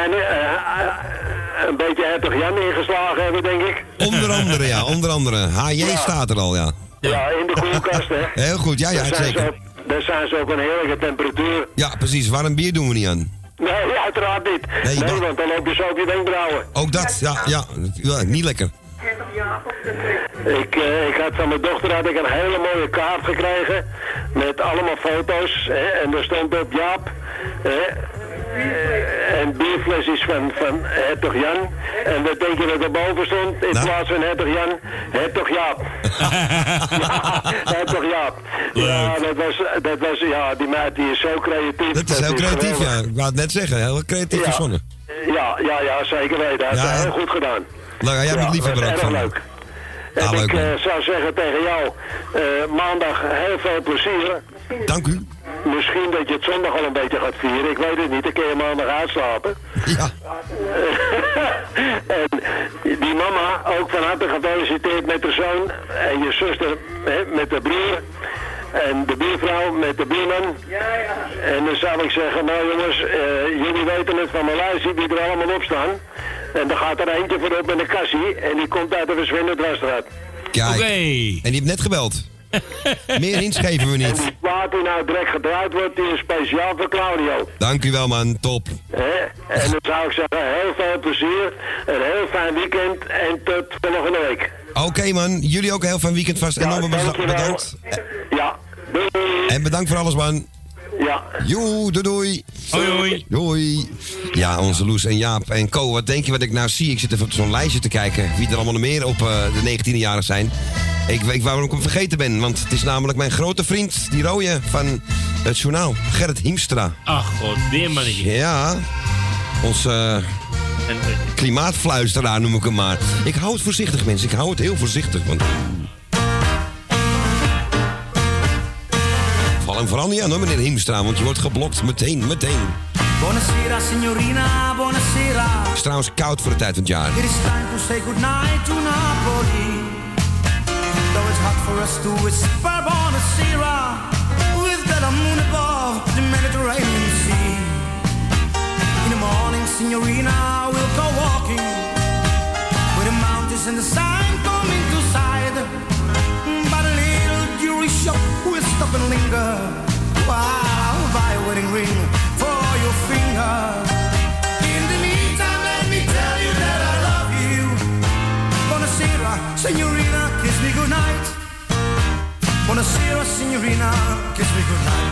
beetje Hertog Jan ingeslagen hebben, denk ik. Onder andere. HJ staat er al, ja. Ja, in de koelkast, hè. Heel goed, ja, zeker. Daar zijn ze op een heerlijke temperatuur. Ja, precies. Warm bier doen we niet aan. Nee, uiteraard niet. Nee, want dan loop je zo op je wenkbrauwen. Ook dat, ja, niet lekker. Ik had van mijn dochter een hele mooie kaart gekregen met allemaal foto's, hè, en daar stond op Jaap, hè, en bierflesjes van Hertog Jan. En wat denk je dat erboven stond? In plaats van Hertog Jan, Hertog Jaap. Ja, Hertog Jaap. Ja, dat was, ja, die meid die is zo creatief. Dat is heel creatief, ja. Ik wou het net zeggen, heel creatief verzonnen. Ja, zeker weten. Hij heeft het heel goed gedaan. Nou, jij moet liever erg leuk. En ik zou zeggen tegen jou, maandag heel veel plezier. Dank u. Misschien dat je het zondag al een beetje gaat vieren, ik weet het niet, dan kun je maandag uitslapen. Ja. En die mama, ook van harte gefeliciteerd met de zoon en je zuster met de broer. En de buurvrouw met de buurman. En dan zou ik zeggen, nou jongens, jullie weten het van mijn lijstje wie er allemaal op staan. En dan gaat er eentje voorop in de kassie en die komt uit de Verswinderdrastraat. Kijk, en die heeft net gebeld. Meer hints geven we niet. En die plaat die nou direct gedraaid wordt, die is speciaal voor Claudio. Dank u wel man, top. En dan zou ik zeggen, heel veel plezier, een heel fijn weekend en tot volgende week. Oké man, jullie ook een heel fijn weekend vast. En nogmaals bedankt. Ja, doei. En bedankt voor alles man. Ja. Joe, doei. Hoi. Doei. Ja, onze Loes en Jaap en Co. Wat denk je wat ik nou zie? Ik zit even op zo'n lijstje te kijken. Wie er allemaal nog meer op de 19e-jarig zijn. Ik wou ook hem vergeten ben. Want het is namelijk mijn grote vriend, die rode van het journaal. Gerrit Hiemstra. Ach god, weer mannetje. Ja. Onze klimaatfluisteraar noem ik hem maar. Ik hou het voorzichtig, mensen. Ik hou het heel voorzichtig. Want... Val hem vooral niet aan, hoor, meneer Hiemstra. Want je wordt geblokt. Meteen. Buonasera, signorina, buonasera. Het is trouwens koud voor de tijd van het jaar. It is time to say goodnight to Napoli. Though it's hot for us to whisper buonasera. With that moon above the Mediterranean Sea. In the morning, signorina, we'll go walking. With the mountains and the sun coming to sight. By the little jewelry shop, we'll stop and linger. While I'll buy a wedding ring for your finger. In the meantime, let me tell you that I love you. Buonasera, signorina, kiss me goodnight. Buonasera, signorina, kiss me goodnight.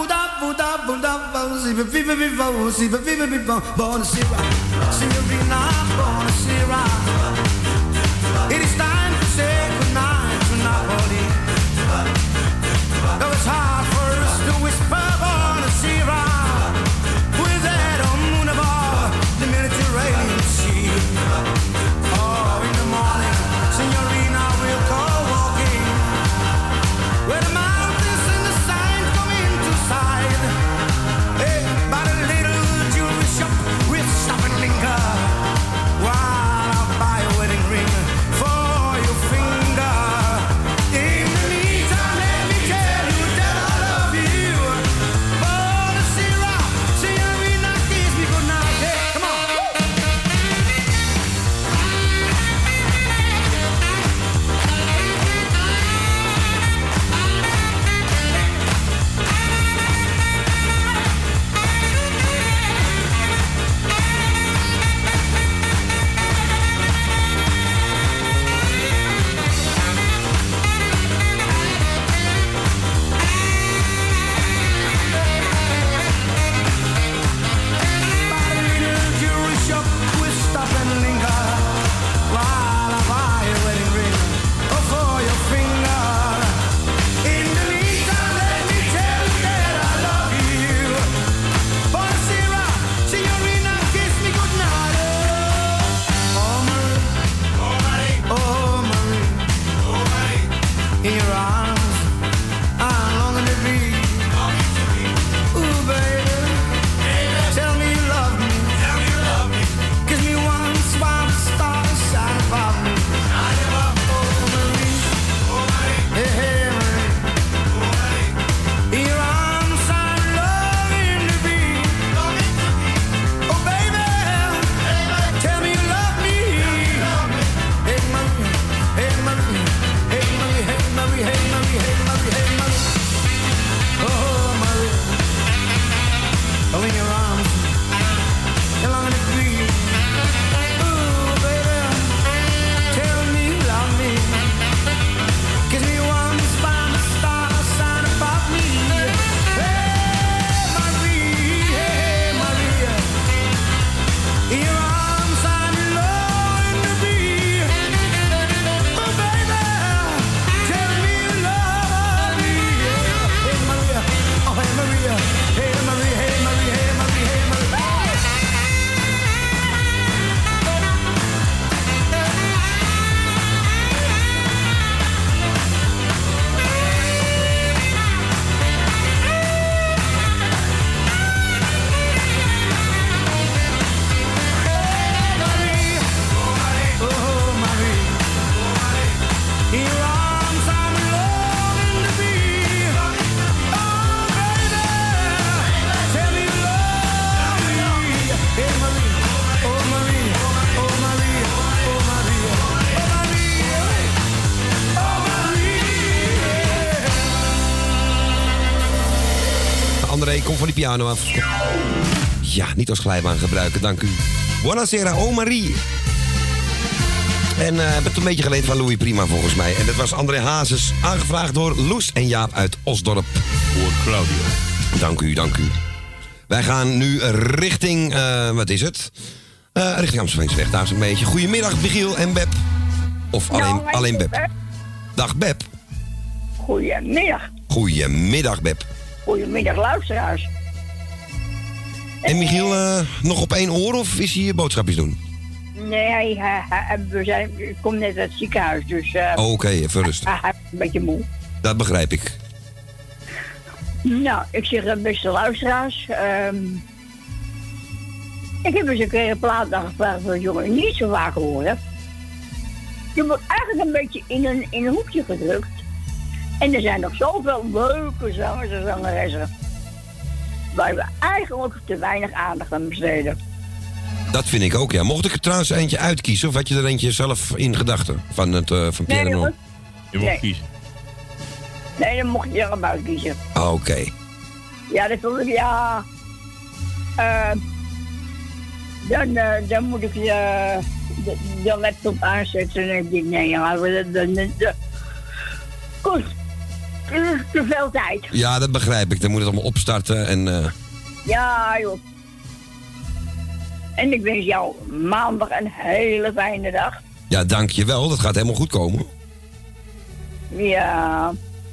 Buonasera, signorina, buonasera. It is time to say goodnight to Napoli. Though it's hard for us to whisper buonasera. With that moon above the Mediterranean Sea. Oh, in the morning, signorina, we'll go walking. Where the mountains and the sun come into sight. Hey, by the little jewelry shop, we'll stop and linger. While I'll buy a wedding ring for your finger. In the meantime, let me tell you that I love you. Buonasera, signorina, kiss me goodnight. Hey, come on. André, kom van die piano af. Ja, niet als glijbaan gebruiken, dank u. Buonasera, oh Marie. En heb het een beetje geleend van Louis Prima volgens mij. En dat was André Hazes, aangevraagd door Loes en Jaap uit Osdorp. Voor Claudio. Dank u, dank u. Wij gaan nu richting, wat is het? Richting Amstelveensweg, daar is een beetje. Goedemiddag, Michiel en Beb. Of alleen Beb. Dag, Beb. Goedemiddag. Goedemiddag, Beb. Goedemiddag, luisteraars. En Michiel, nog op één oor of is hij boodschapjes doen? Nee, ik kom net uit het ziekenhuis, dus... Oké, even rustig. Hij is een beetje moe. Dat begrijp ik. Nou, ik zeg beste luisteraars. Ik heb eens een keer een plaat aangevraagd dat jongen niet zo vaak horen. Je wordt eigenlijk een beetje in een hoekje gedrukt. En er zijn nog zoveel leuke zangers en zangeressen. Waar we eigenlijk te weinig aandacht aan besteden. Dat vind ik ook, ja. Mocht ik er trouwens eentje uitkiezen, of had je er eentje zelf in gedachten? Van Pierre Ron? Je mocht kiezen. Nee, dan mocht je zelf uitkiezen. Oké. Ja, dat wil ik, ja. Dan moet ik de laptop aanzetten en ik denk, nee, ja, goed. Het is te veel tijd. Ja, dat begrijp ik. Dan moet het allemaal opstarten en... Ja, joh. En ik wens jou maandag een hele fijne dag. Ja, dankjewel. Dat gaat helemaal goed komen. Ja.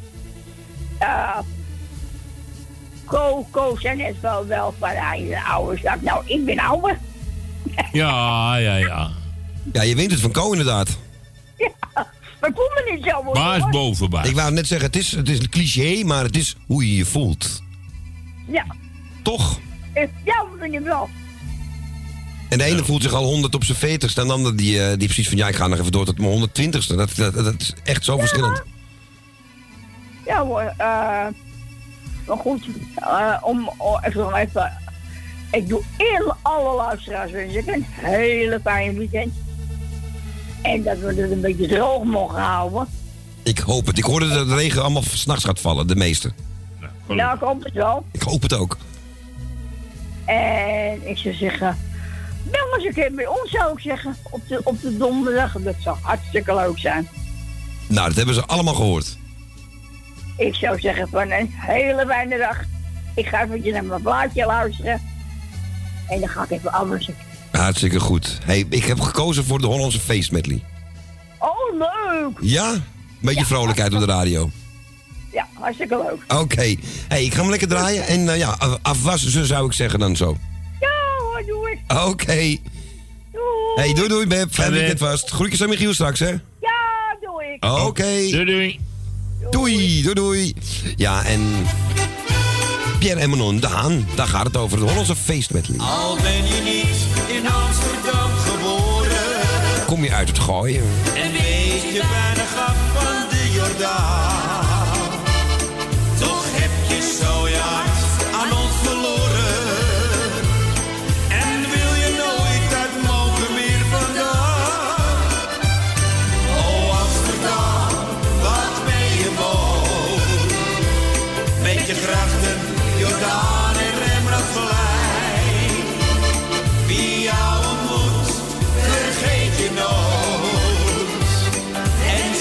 Ko zei net wel van een oude zak. Nou, ik ben ouder. Ja. Ja, je wint het van Ko inderdaad. Ja, maar voel me niet zo. Baas boven baas. Ik wou net zeggen, het is een cliché, maar het is hoe je je voelt. Ja. Toch? Ja, vind ik wel. En de ene voelt zich al 100 op zijn 40ste en de ander die precies van, ja, ik ga nog even door tot mijn 120ste. Dat is echt zo verschillend. Ja hoor, maar goed, even, ik doe eerlijk alle luisteraars wensen een hele fijne weekend. En dat we het een beetje droog mogen houden. Ik hoop het. Ik hoorde dat de regen allemaal 's nachts gaat vallen, de meeste. Ja, ik hoop het wel. Ik hoop het ook. En ik zou zeggen, bel eens een keer bij ons, zou ik zeggen, op de donderdag. Dat zou hartstikke leuk zijn. Nou, dat hebben ze allemaal gehoord. Ik zou zeggen van een hele fijne dag. Ik ga even naar mijn plaatje luisteren. En dan ga ik even anders. Hartstikke goed. Hey, ik heb gekozen voor de Hollandse feestmedley. Oh, leuk! Ja? Een beetje vrolijkheid op de radio. Ja, hartstikke leuk. Oké. Hey, ik ga hem lekker draaien. En afwassen zou ik zeggen dan zo. Ja hoor, doe ik. Oké. Doei. Hey, doei Beb. Fijn weekend vast. Groetjes aan Michiel straks, hè? Ja, doe ik. Oké. Doei. Doei. Ja, en... Pierre en Manon, de Haan. Daar gaat het over. De Hollandse feestmedley. Al ben je niet in Amsterdam geboren. Kom je uit het gooien. En weet je weinig af van de Jordaan. Toch heb je zo je hart aan ons verloren. En wil je nooit uit mogen meer vandaan. Oh Amsterdam, wat ben je mooi. Met je grachten, Jordaan en Rembrandtplein. Wie jou ontmoet, vergeet je nooit. En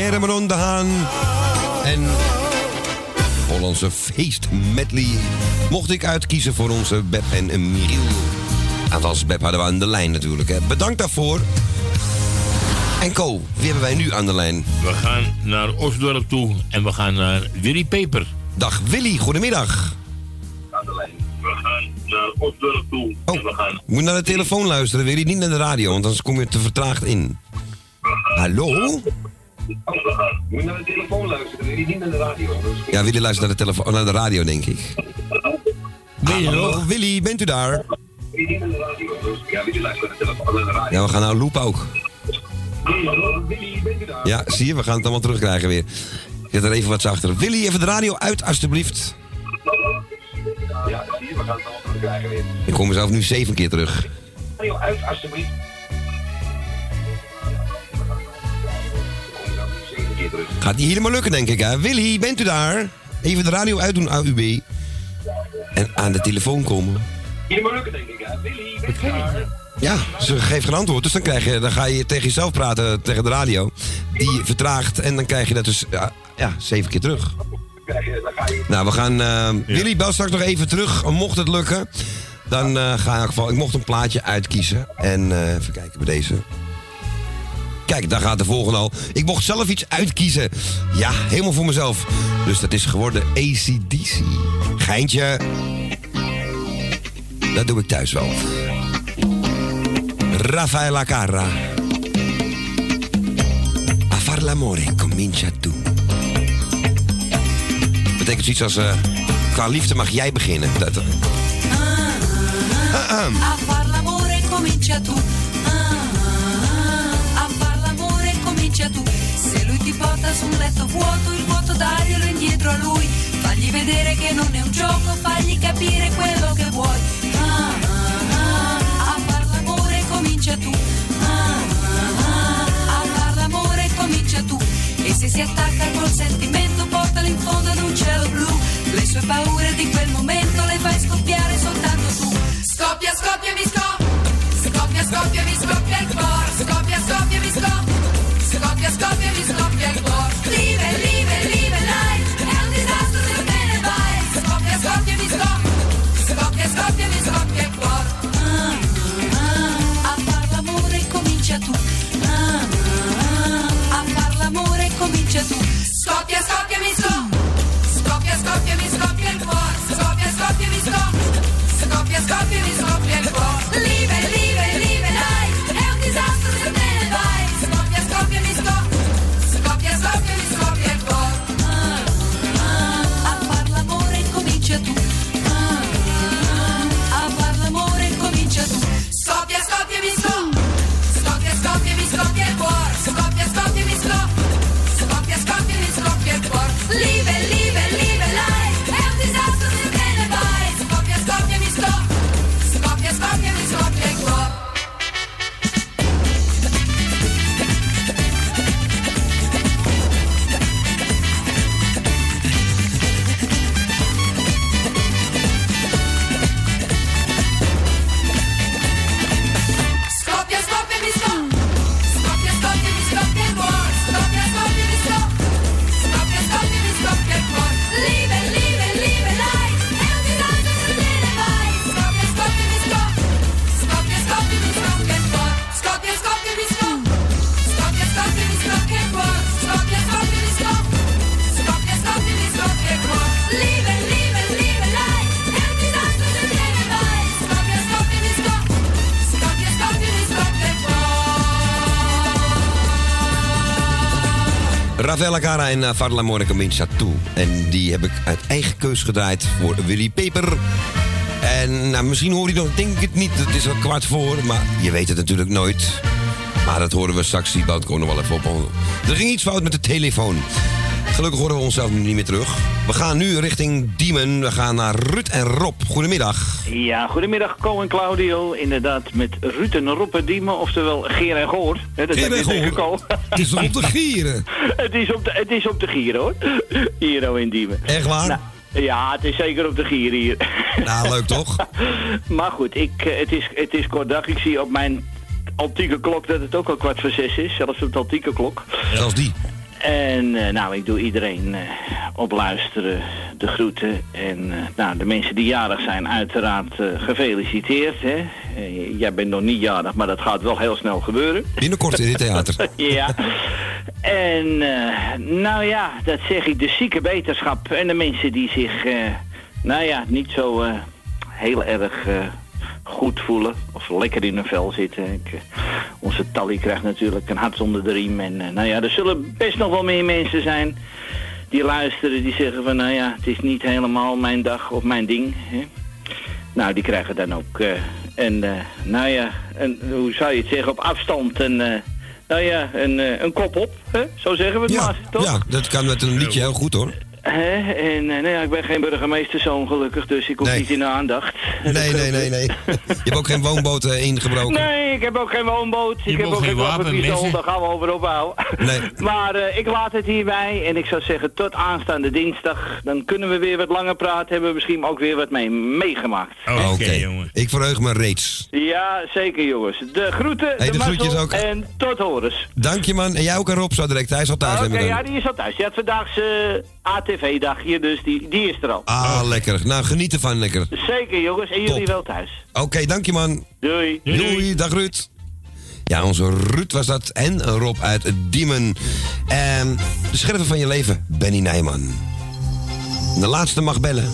Germeron de Haan en Hollandse feestmedley mocht ik uitkiezen voor onze Beb en Miriel. En als Beb hadden we aan de lijn natuurlijk. Hè. Bedankt daarvoor. En Co, wie hebben wij nu aan de lijn? We gaan naar Osdorp toe en we gaan naar Willy Peper. Dag Willy, goedemiddag. Aan de lijn. We gaan naar Osdorp toe en we gaan... Moet naar de telefoon luisteren, Willy, niet naar de radio, want anders kom je te vertraagd in. Hallo? Moet naar de telefoon luisteren, Willy, niet naar de radio. Ja, Willy luistert naar de, telefoon, naar de radio, denk ik. Hallo, Willy, bent u daar? Ja, Willy luistert naar de telefoon, naar de radio. Ja, we gaan naar Loop ook. Ja, zie je, we gaan het allemaal terugkrijgen weer. Zet er even wat zachter. Willy, even de radio uit, alstublieft. Ja, zie je, we gaan het allemaal terugkrijgen weer. Ik kom mezelf nu 7 keer terug. Radio uit, alstublieft. Gaat niet helemaal lukken, denk ik, hè? Willy, bent u daar? Even de radio uitdoen, AUB. En aan de telefoon komen. Helemaal lukken, denk ik, hè? Willy, bent u daar? Ja, ze geeft geen antwoord. Dus dan ga je tegen jezelf praten, tegen de radio. Die vertraagt en dan krijg je dat dus 7 keer terug. Nou, we gaan... Willy, bel straks nog even terug. Mocht het lukken, dan ga ik in elk geval... Ik mocht een plaatje uitkiezen. En even kijken bij deze. Kijk, daar gaat de volgende al. Ik mocht zelf iets uitkiezen. Ja, helemaal voor mezelf. Dus dat is geworden AC/DC. Geintje. Dat doe ik thuis wel. Raffaella Carrà. A far l'amore comincia tu. Betekent zoiets als... qua liefde mag jij beginnen. Dat... A far l'amore comincia tu. A far l'amore comincia tu. Se lui ti porta su un letto vuoto, il vuoto daglielo indietro a lui. Fagli vedere che non è un gioco, fagli capire quello che vuoi. A far l'amore comincia tu. A far l'amore comincia tu. E se si attacca col sentimento, portalo in fondo ad un cielo blu. Le sue paure di quel momento le fai scoppiare soltanto tu. Scoppia, scoppia, mi scoppia. Scoppia, scoppia, mi scoppia il cuore. Scoppia, scoppia, mi scoppia. Scoppia, scoppia, mi scoppia il cuore. Live, live, live, life. È un disastro se te ne vai. Scoppia, scoppia, mi scoppia. Scoppia, scoppia, mi scoppia il cuore. A far l'amore comincia tu. A far l'amore comincia tu. Scoppia, scoppia, mi scoppia. Scoppia, scoppia, mi scoppia il cuore. Scoppia, scoppia, mi scoppia. Scoppia, scoppia, mi scoppia il cuore. Live, live, live, life. È un disastro se te ne vai. Scoppia, scoppia, mi scoppia. Scoppia, scoppia, mi scoppia il cuore. A far l'amore comincia tu. A far l'amore comincia tu. Scoppia, scoppia, mi scoppia. Scoppia, scoppia, mi scoppia il cuore. Scoppia, scoppia, mi scoppia. Scoppia, scoppia, mi scoppia il cuore. Live, live, live, life. È un disastro se te ne vai. Scoppia, scoppia, mi scoppia. Scoppia, scoppia, mi scoppia il cuore. Scoppia, scoppia, mi scoppia. Scoppia, scoppia, mi scoppia il cuore. Scoppia, scoppia, mi scoppia. Scoppia, scoppia, mi scoppia il cuore. Live, live, live, life. È un disastro se te ne vai. Scoppia, scoppia, mi scoppia. Scoppia, scoppia, mi scoppia il cuore. Scoppia, scoppia, mi scoppia. Scoppia, scoppia, mi scoppia il cuore. Scoppia, scoppia, mi scoppia. Scoppia, scoppia, mi scoppia il cuore. Live, live, live, life. È un disastro se te ne vai. Scoppia, scoppia, mi scoppia. Scoppia, scoppia, mi scoppia il cuore. Raffaella Carrà en Far l'amore comincia tu. En die heb ik uit eigen keus gedraaid voor Willy Peper. En nou, misschien hoor je nog, denk ik het niet, het is al 15:15, maar je weet het natuurlijk nooit. Maar dat horen we straks, die bouwt gewoon nog wel even op. Er ging iets fout met de telefoon. Gelukkig horen we onszelf nu niet meer terug. We gaan nu richting Diemen. We gaan naar Ruud en Rob. Goedemiddag. Ja, goedemiddag, Co en Claudio. Inderdaad, met Ruud en Rob uit Diemen, oftewel Geer en Goor. Dat Geer en heb Goor. Het is op de gieren. Het is op de gieren, hoor. Hier in Diemen. Echt waar? Nou, ja, het is zeker op de gieren hier. Nou, leuk toch? Maar goed, het is kort dag. Ik zie op mijn antieke klok dat het ook al 5:15 is. Zelfs op de antieke klok. Zelfs die. En nou, ik doe iedereen op luisteren de groeten. En nou, de mensen die jarig zijn, uiteraard gefeliciteerd. Hè? Jij bent nog niet jarig, maar dat gaat wel heel snel gebeuren. Binnenkort in het theater. Ja. En nou ja, dat zeg ik, de zieke beterschap. En de mensen die zich, nou ja, niet zo heel erg goed voelen. Of lekker in hun vel zitten. Onze Tally krijgt natuurlijk een hart onder de riem. En nou ja, er zullen best nog wel meer mensen zijn die luisteren. Die zeggen van, nou ja, het is niet helemaal mijn dag of mijn ding. Hè? Nou, die krijgen dan ook, nou ja, hoe zou je het zeggen, op afstand nou ja, een kop op, hè? Zo zeggen we het maar, toch? Ja, dat kan met een liedje heel goed, hoor. En nou ja, ik ben geen burgemeesterszoon gelukkig, dus ik hoef niet in de aandacht. Nee. Je hebt ook geen woonboot ingebroken? Nee, ik heb ook geen woonboot. Ik heb ook geen wapenpistool, daar gaan we over ophouden. Nee. Maar ik laat het hierbij en ik zou zeggen tot aanstaande dinsdag. Dan kunnen we weer wat langer praten, hebben we misschien ook weer wat meegemaakt. Oké, jongen. Ik verheug me reeds. Ja, zeker jongens. De groeten, de groetjes ook. En tot horens. Dank je man. En jij ook aan Rob zo direct. Hij is al thuis. Oké, ja, die is al thuis. Je had vandaag ATV-dagje, dus die is er al. Ah, lekker. Nou, geniet ervan lekker. Zeker jongens, en jullie wel thuis. Oké, dank je man. Doei. Doei, dag Ruud. Ja, onze Ruud was dat. En Rob uit Diemen. En de scherven van je leven, Benny Nijman. De laatste mag bellen.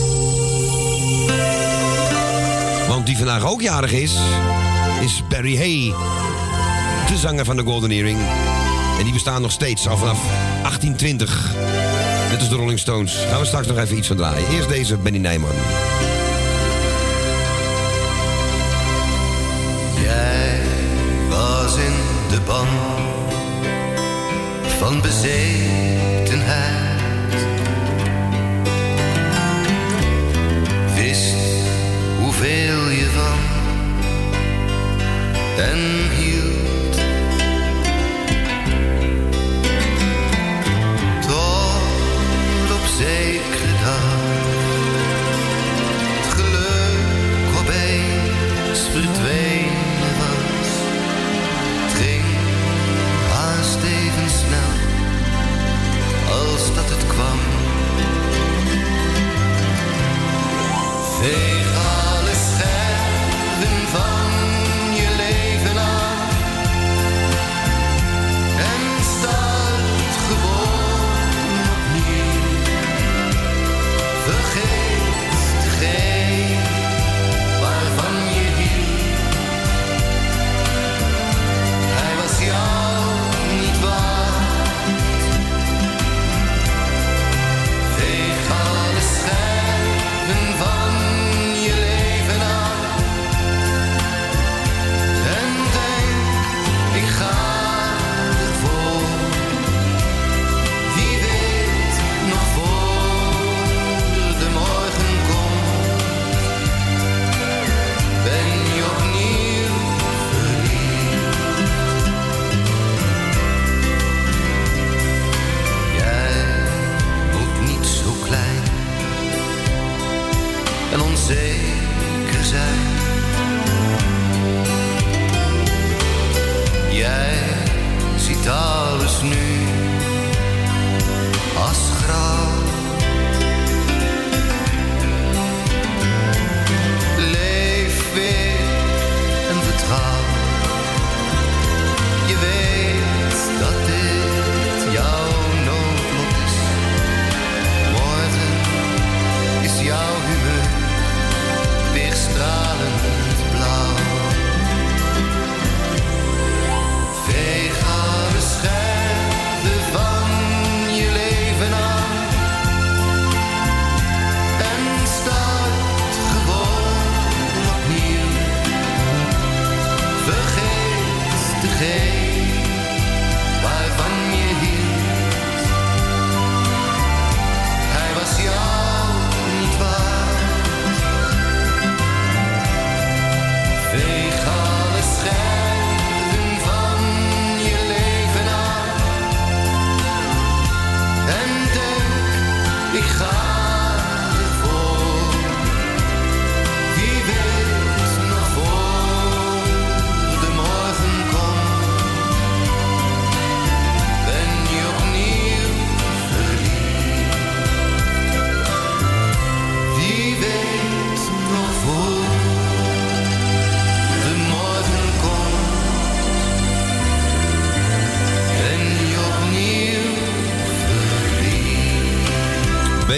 Want die vandaag ook jarig is Barry Hay. De zanger van de Golden Earring. En die bestaan nog steeds, al vanaf 1820. Dit is de Rolling Stones. Gaan we straks nog even iets van draaien. Eerst deze, Benny Nijman. Jij was in de ban van bezetenheid. Wist hoeveel je van en hield. Zekere dag, het geluk opeens verdwenen was. Het ging haast even snel als dat het kwam. Veeg alle scherven van je leven af en start gewoon opnieuw. Vergeet degene waarvan je hield. Hij was jou niet waard. Veeg alle scherven van je leven af en denk, ik ga ervoor. Wie weet nog voor de morgen komt, ben je opnieuw verliefd. Jij moet niet zo klein en onzeker zijn. Jij ziet alles nu als grauw. Leef weer en vertrouw. Je weet dat dit jouw noodlot is. Morgen is jouw humeur weer stralend blauw. Veeg alle scherven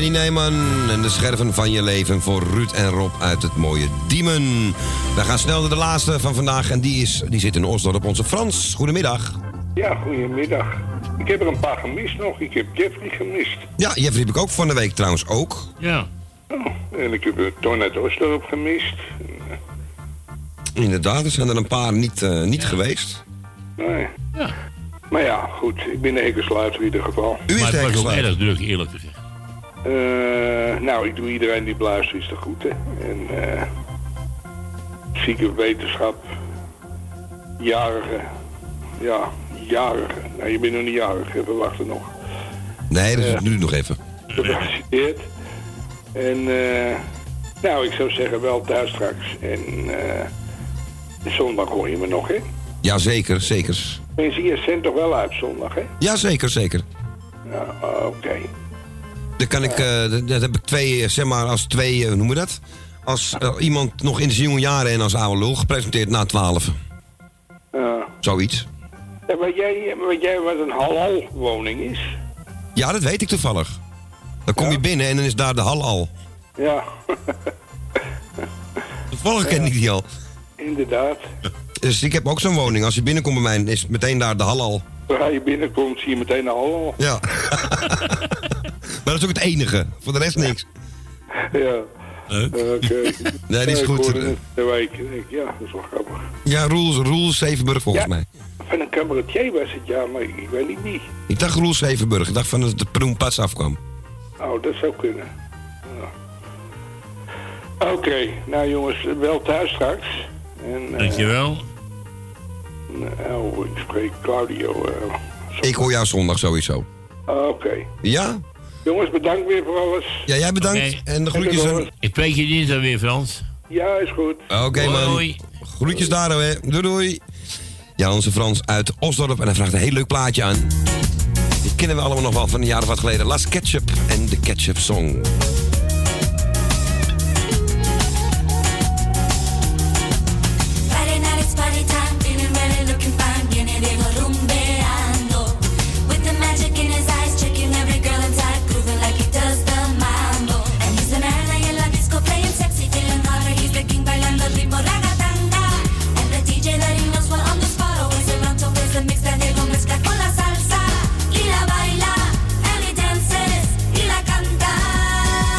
Danny Nijman en de scherven van je leven voor Ruud en Rob uit het mooie Diemen. We gaan snel naar de laatste van vandaag en die zit in Osdorp, onze Frans. Goedemiddag. Ja, goedemiddag. Ik heb er een paar gemist nog. Ik heb Jeffrey gemist. Ja, Jeffrey heb ik ook van de week trouwens ook. Ja. Oh, en ik heb Ton uit Osdorp gemist. Inderdaad, er zijn er een paar niet geweest. Nee. Ja. Maar ja, goed. Ik ben de hekkensluiter in ieder geval. U is maar de het was ook hekkensluiter. erg druk, eerlijk gezegd. Nou, ik doe iedereen die beluistert is te goed, hè. En zieke wetenschap, jarigen. Ja, jarigen. Nou, je bent nog niet jarig, even wachten nog. Nee, dat is nu nog even. Gefeliciteerd. En nou, ik zou zeggen wel thuis straks. En zondag hoor je me nog, hè? Ja, zeker, zeker. Mensen hier zendt toch wel uit zondag, hè? Ja, zeker, zeker. Ja, oké. Dan kan ik, dat heb ik twee, zeg maar, als twee, hoe noem je dat? Als iemand nog in zijn jonge jaren en als oude lul gepresenteerd na 12. Zoiets. Ja, weet jij wat een halal-woning is? Ja, dat weet ik toevallig. Dan kom je binnen en dan is daar de hal al. Ja. Toevallig ken ik die al. Inderdaad. Dus ik heb ook zo'n woning. Als je binnenkomt bij mij, is meteen daar de hal al. Zodra je binnenkomt, zie je meteen de halal. Ja. Maar dat is ook het enige. Voor de rest niks. Ja. Oké. Nee, die is goed. Ik hoorde het de week. Ja, dat is wel grappig. Ja, Roel Zevenburg volgens mij. Van een cabaretier was het, ja, maar ik weet niet wie. Ik dacht Roel Zevenburg. Ik dacht van dat het de Proenpas afkwam. Oh, dat zou kunnen. Ja. Oké, nou jongens, wel thuis straks. En, dankjewel. Nou, ik spreek Claudio. Ik hoor jou zondag sowieso. Oké. Ja? Jongens, bedankt weer voor alles. Ja, jij bedankt. Okay. En de groetjes aan... Ik spreek je dinsdag weer, Frans. Ja, is goed. Oké, man. Hoi. Groetjes daar, hè. Doei, doei. Ja, onze Frans uit Osdorp. En hij vraagt een heel leuk plaatje aan. Die kennen we allemaal nog wel van een jaar of wat geleden. Las Ketchup en de Ketchup Song. Friday night, it's party time, feeling ready, looking fine, viene Diego rumbeando. With the magic in his eyes, checking every girl inside, grooving like he does the mambo. And he's the man ahí en la disco, playing sexy, feeling hotter, he's the king, bailando el ritmo ragatanga. And the DJ that he knows well on the spot, always around to raise the mix that Diego mezcla con la salsa. Y la baila, and he dances, y la canta.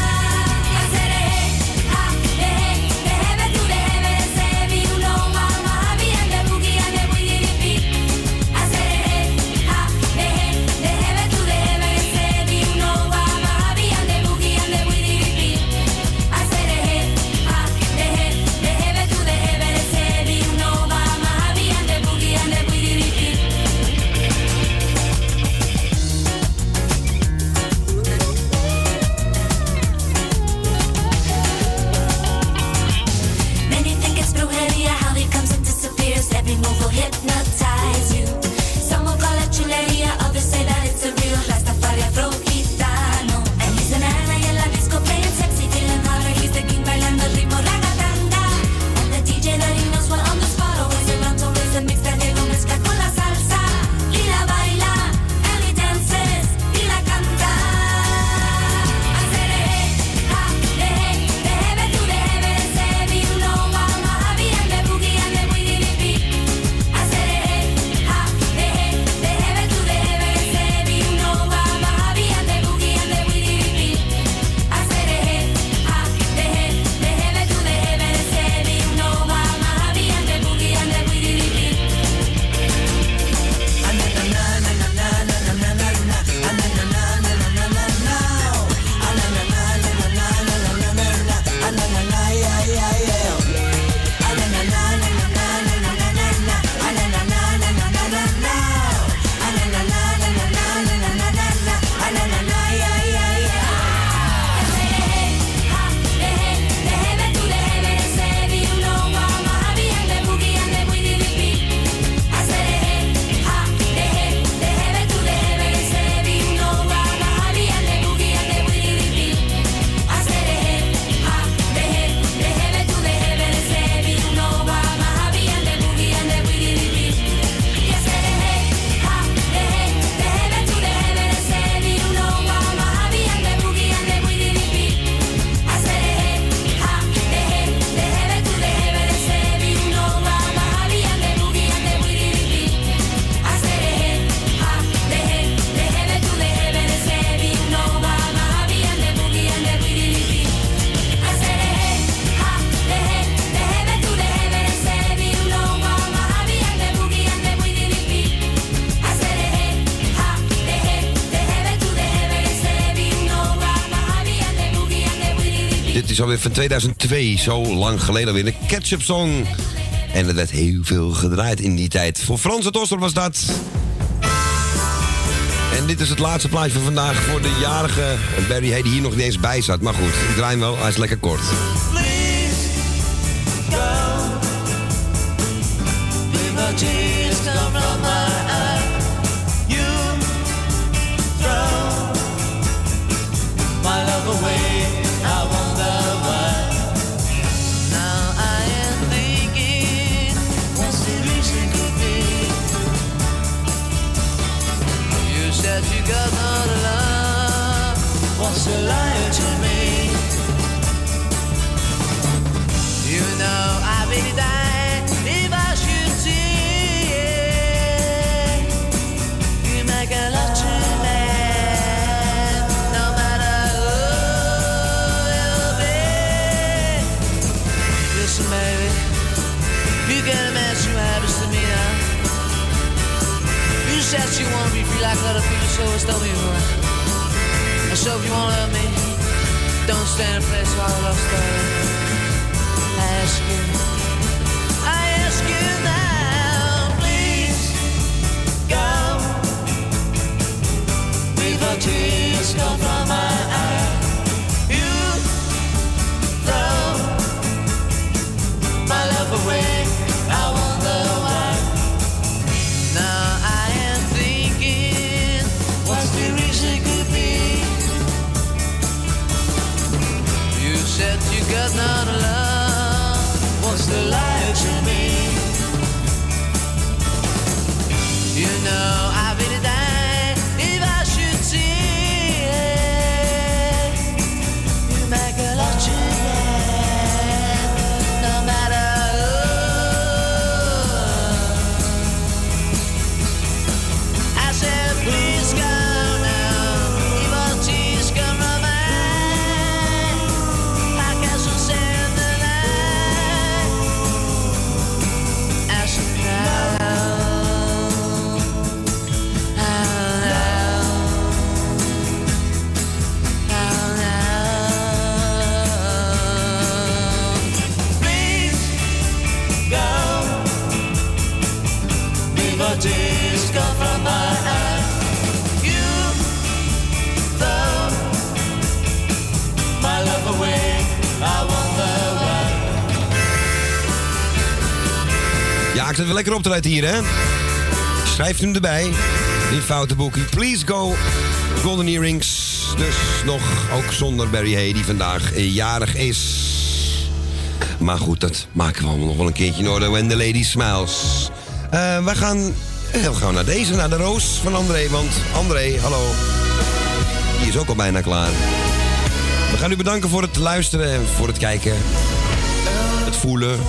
Dit is alweer van 2002, zo lang geleden weer. De Ketchup Song. En er werd heel veel gedraaid in die tijd. Voor Frans het Oster was dat. En dit is het laatste plaatje van vandaag voor de jarige Barry Hay die hier nog niet eens bij zat. Maar goed, ik draai hem wel, hij is lekker kort. Tears come from my eyes. You throw my love away. I wonder why. Now I am thinking, what's the reason could be? You said you got no love. What's the lie to me? You know I really died if I should see. A lot to man, no matter who it'll be. Listen, baby, you can't imagine what happens to me now. You said you want me free like other people, so it's don't be right. And so if you want to love me, don't stand in place while I lost her. I ask you now, please go. Before tears come from my eyes, you throw my love away. I wonder why. Now I am thinking, what's the reason could be? You said you got not love. What's the lie to me? You know I really died. Tears come from my eyes. You throw my love away. I wonder why. Ja, ik zit wel lekker op te letten hier, hè? Schrijf hem erbij. Die foute boekie. Please go. Golden Earrings. Dus nog ook zonder Barry Hay, die vandaag jarig is. Maar goed, dat maken we allemaal nog wel een keertje in orde. When the lady smiles. We gaan heel gauw naar deze, naar de Roos van André. Want André, hallo, die is ook al bijna klaar. We gaan u bedanken voor het luisteren en voor het kijken. Het voelen.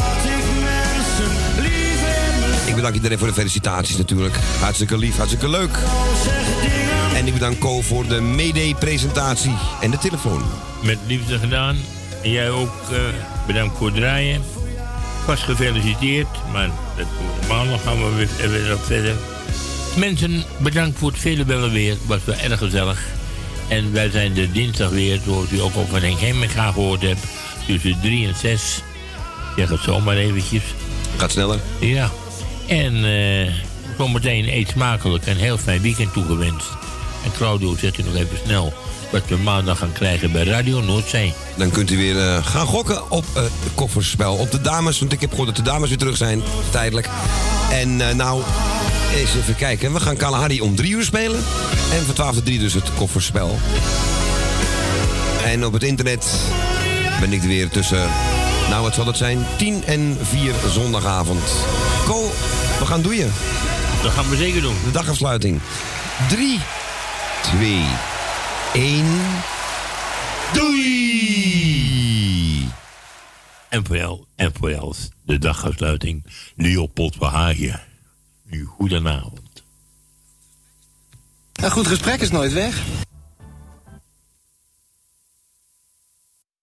Ik bedank iedereen voor de felicitaties natuurlijk. Hartstikke lief, hartstikke leuk. En ik bedank Co voor de mede-presentatie en de telefoon. Met liefde gedaan. En jij ook bedankt voor het draaien. Vast gefeliciteerd, maar maandag gaan we weer op verder. Mensen, bedankt voor het vele bellen weer. Het was wel erg gezellig. En wij zijn de dinsdag weer, zoals u ook al van Henk Hemminga gehoord hebt. Tussen 3 en 6. Zeg het zomaar eventjes. Gaat sneller. Ja. En zometeen eet smakelijk en heel fijn weekend toegewenst. En Claudio zet u nog even snel wat we maandag gaan krijgen bij Radio Noordzee. Dan kunt u weer gaan gokken op het kofferspel. Op de dames, want ik heb gehoord dat de dames weer terug zijn, tijdelijk. En nou, eens even kijken. We gaan Kalahari om 3 uur spelen. En van 12 tot 3 dus het kofferspel. En op het internet ben ik er weer tussen, nou wat zal het zijn, 10 en 4 zondagavond. Ko, we gaan doen je. Dat gaan we zeker doen. De dagafsluiting. 3, 2, 1. Doei! En voor Els, de dagafsluiting. Leopold Verhagen. Nu goedenavond. Een goed gesprek is nooit weg.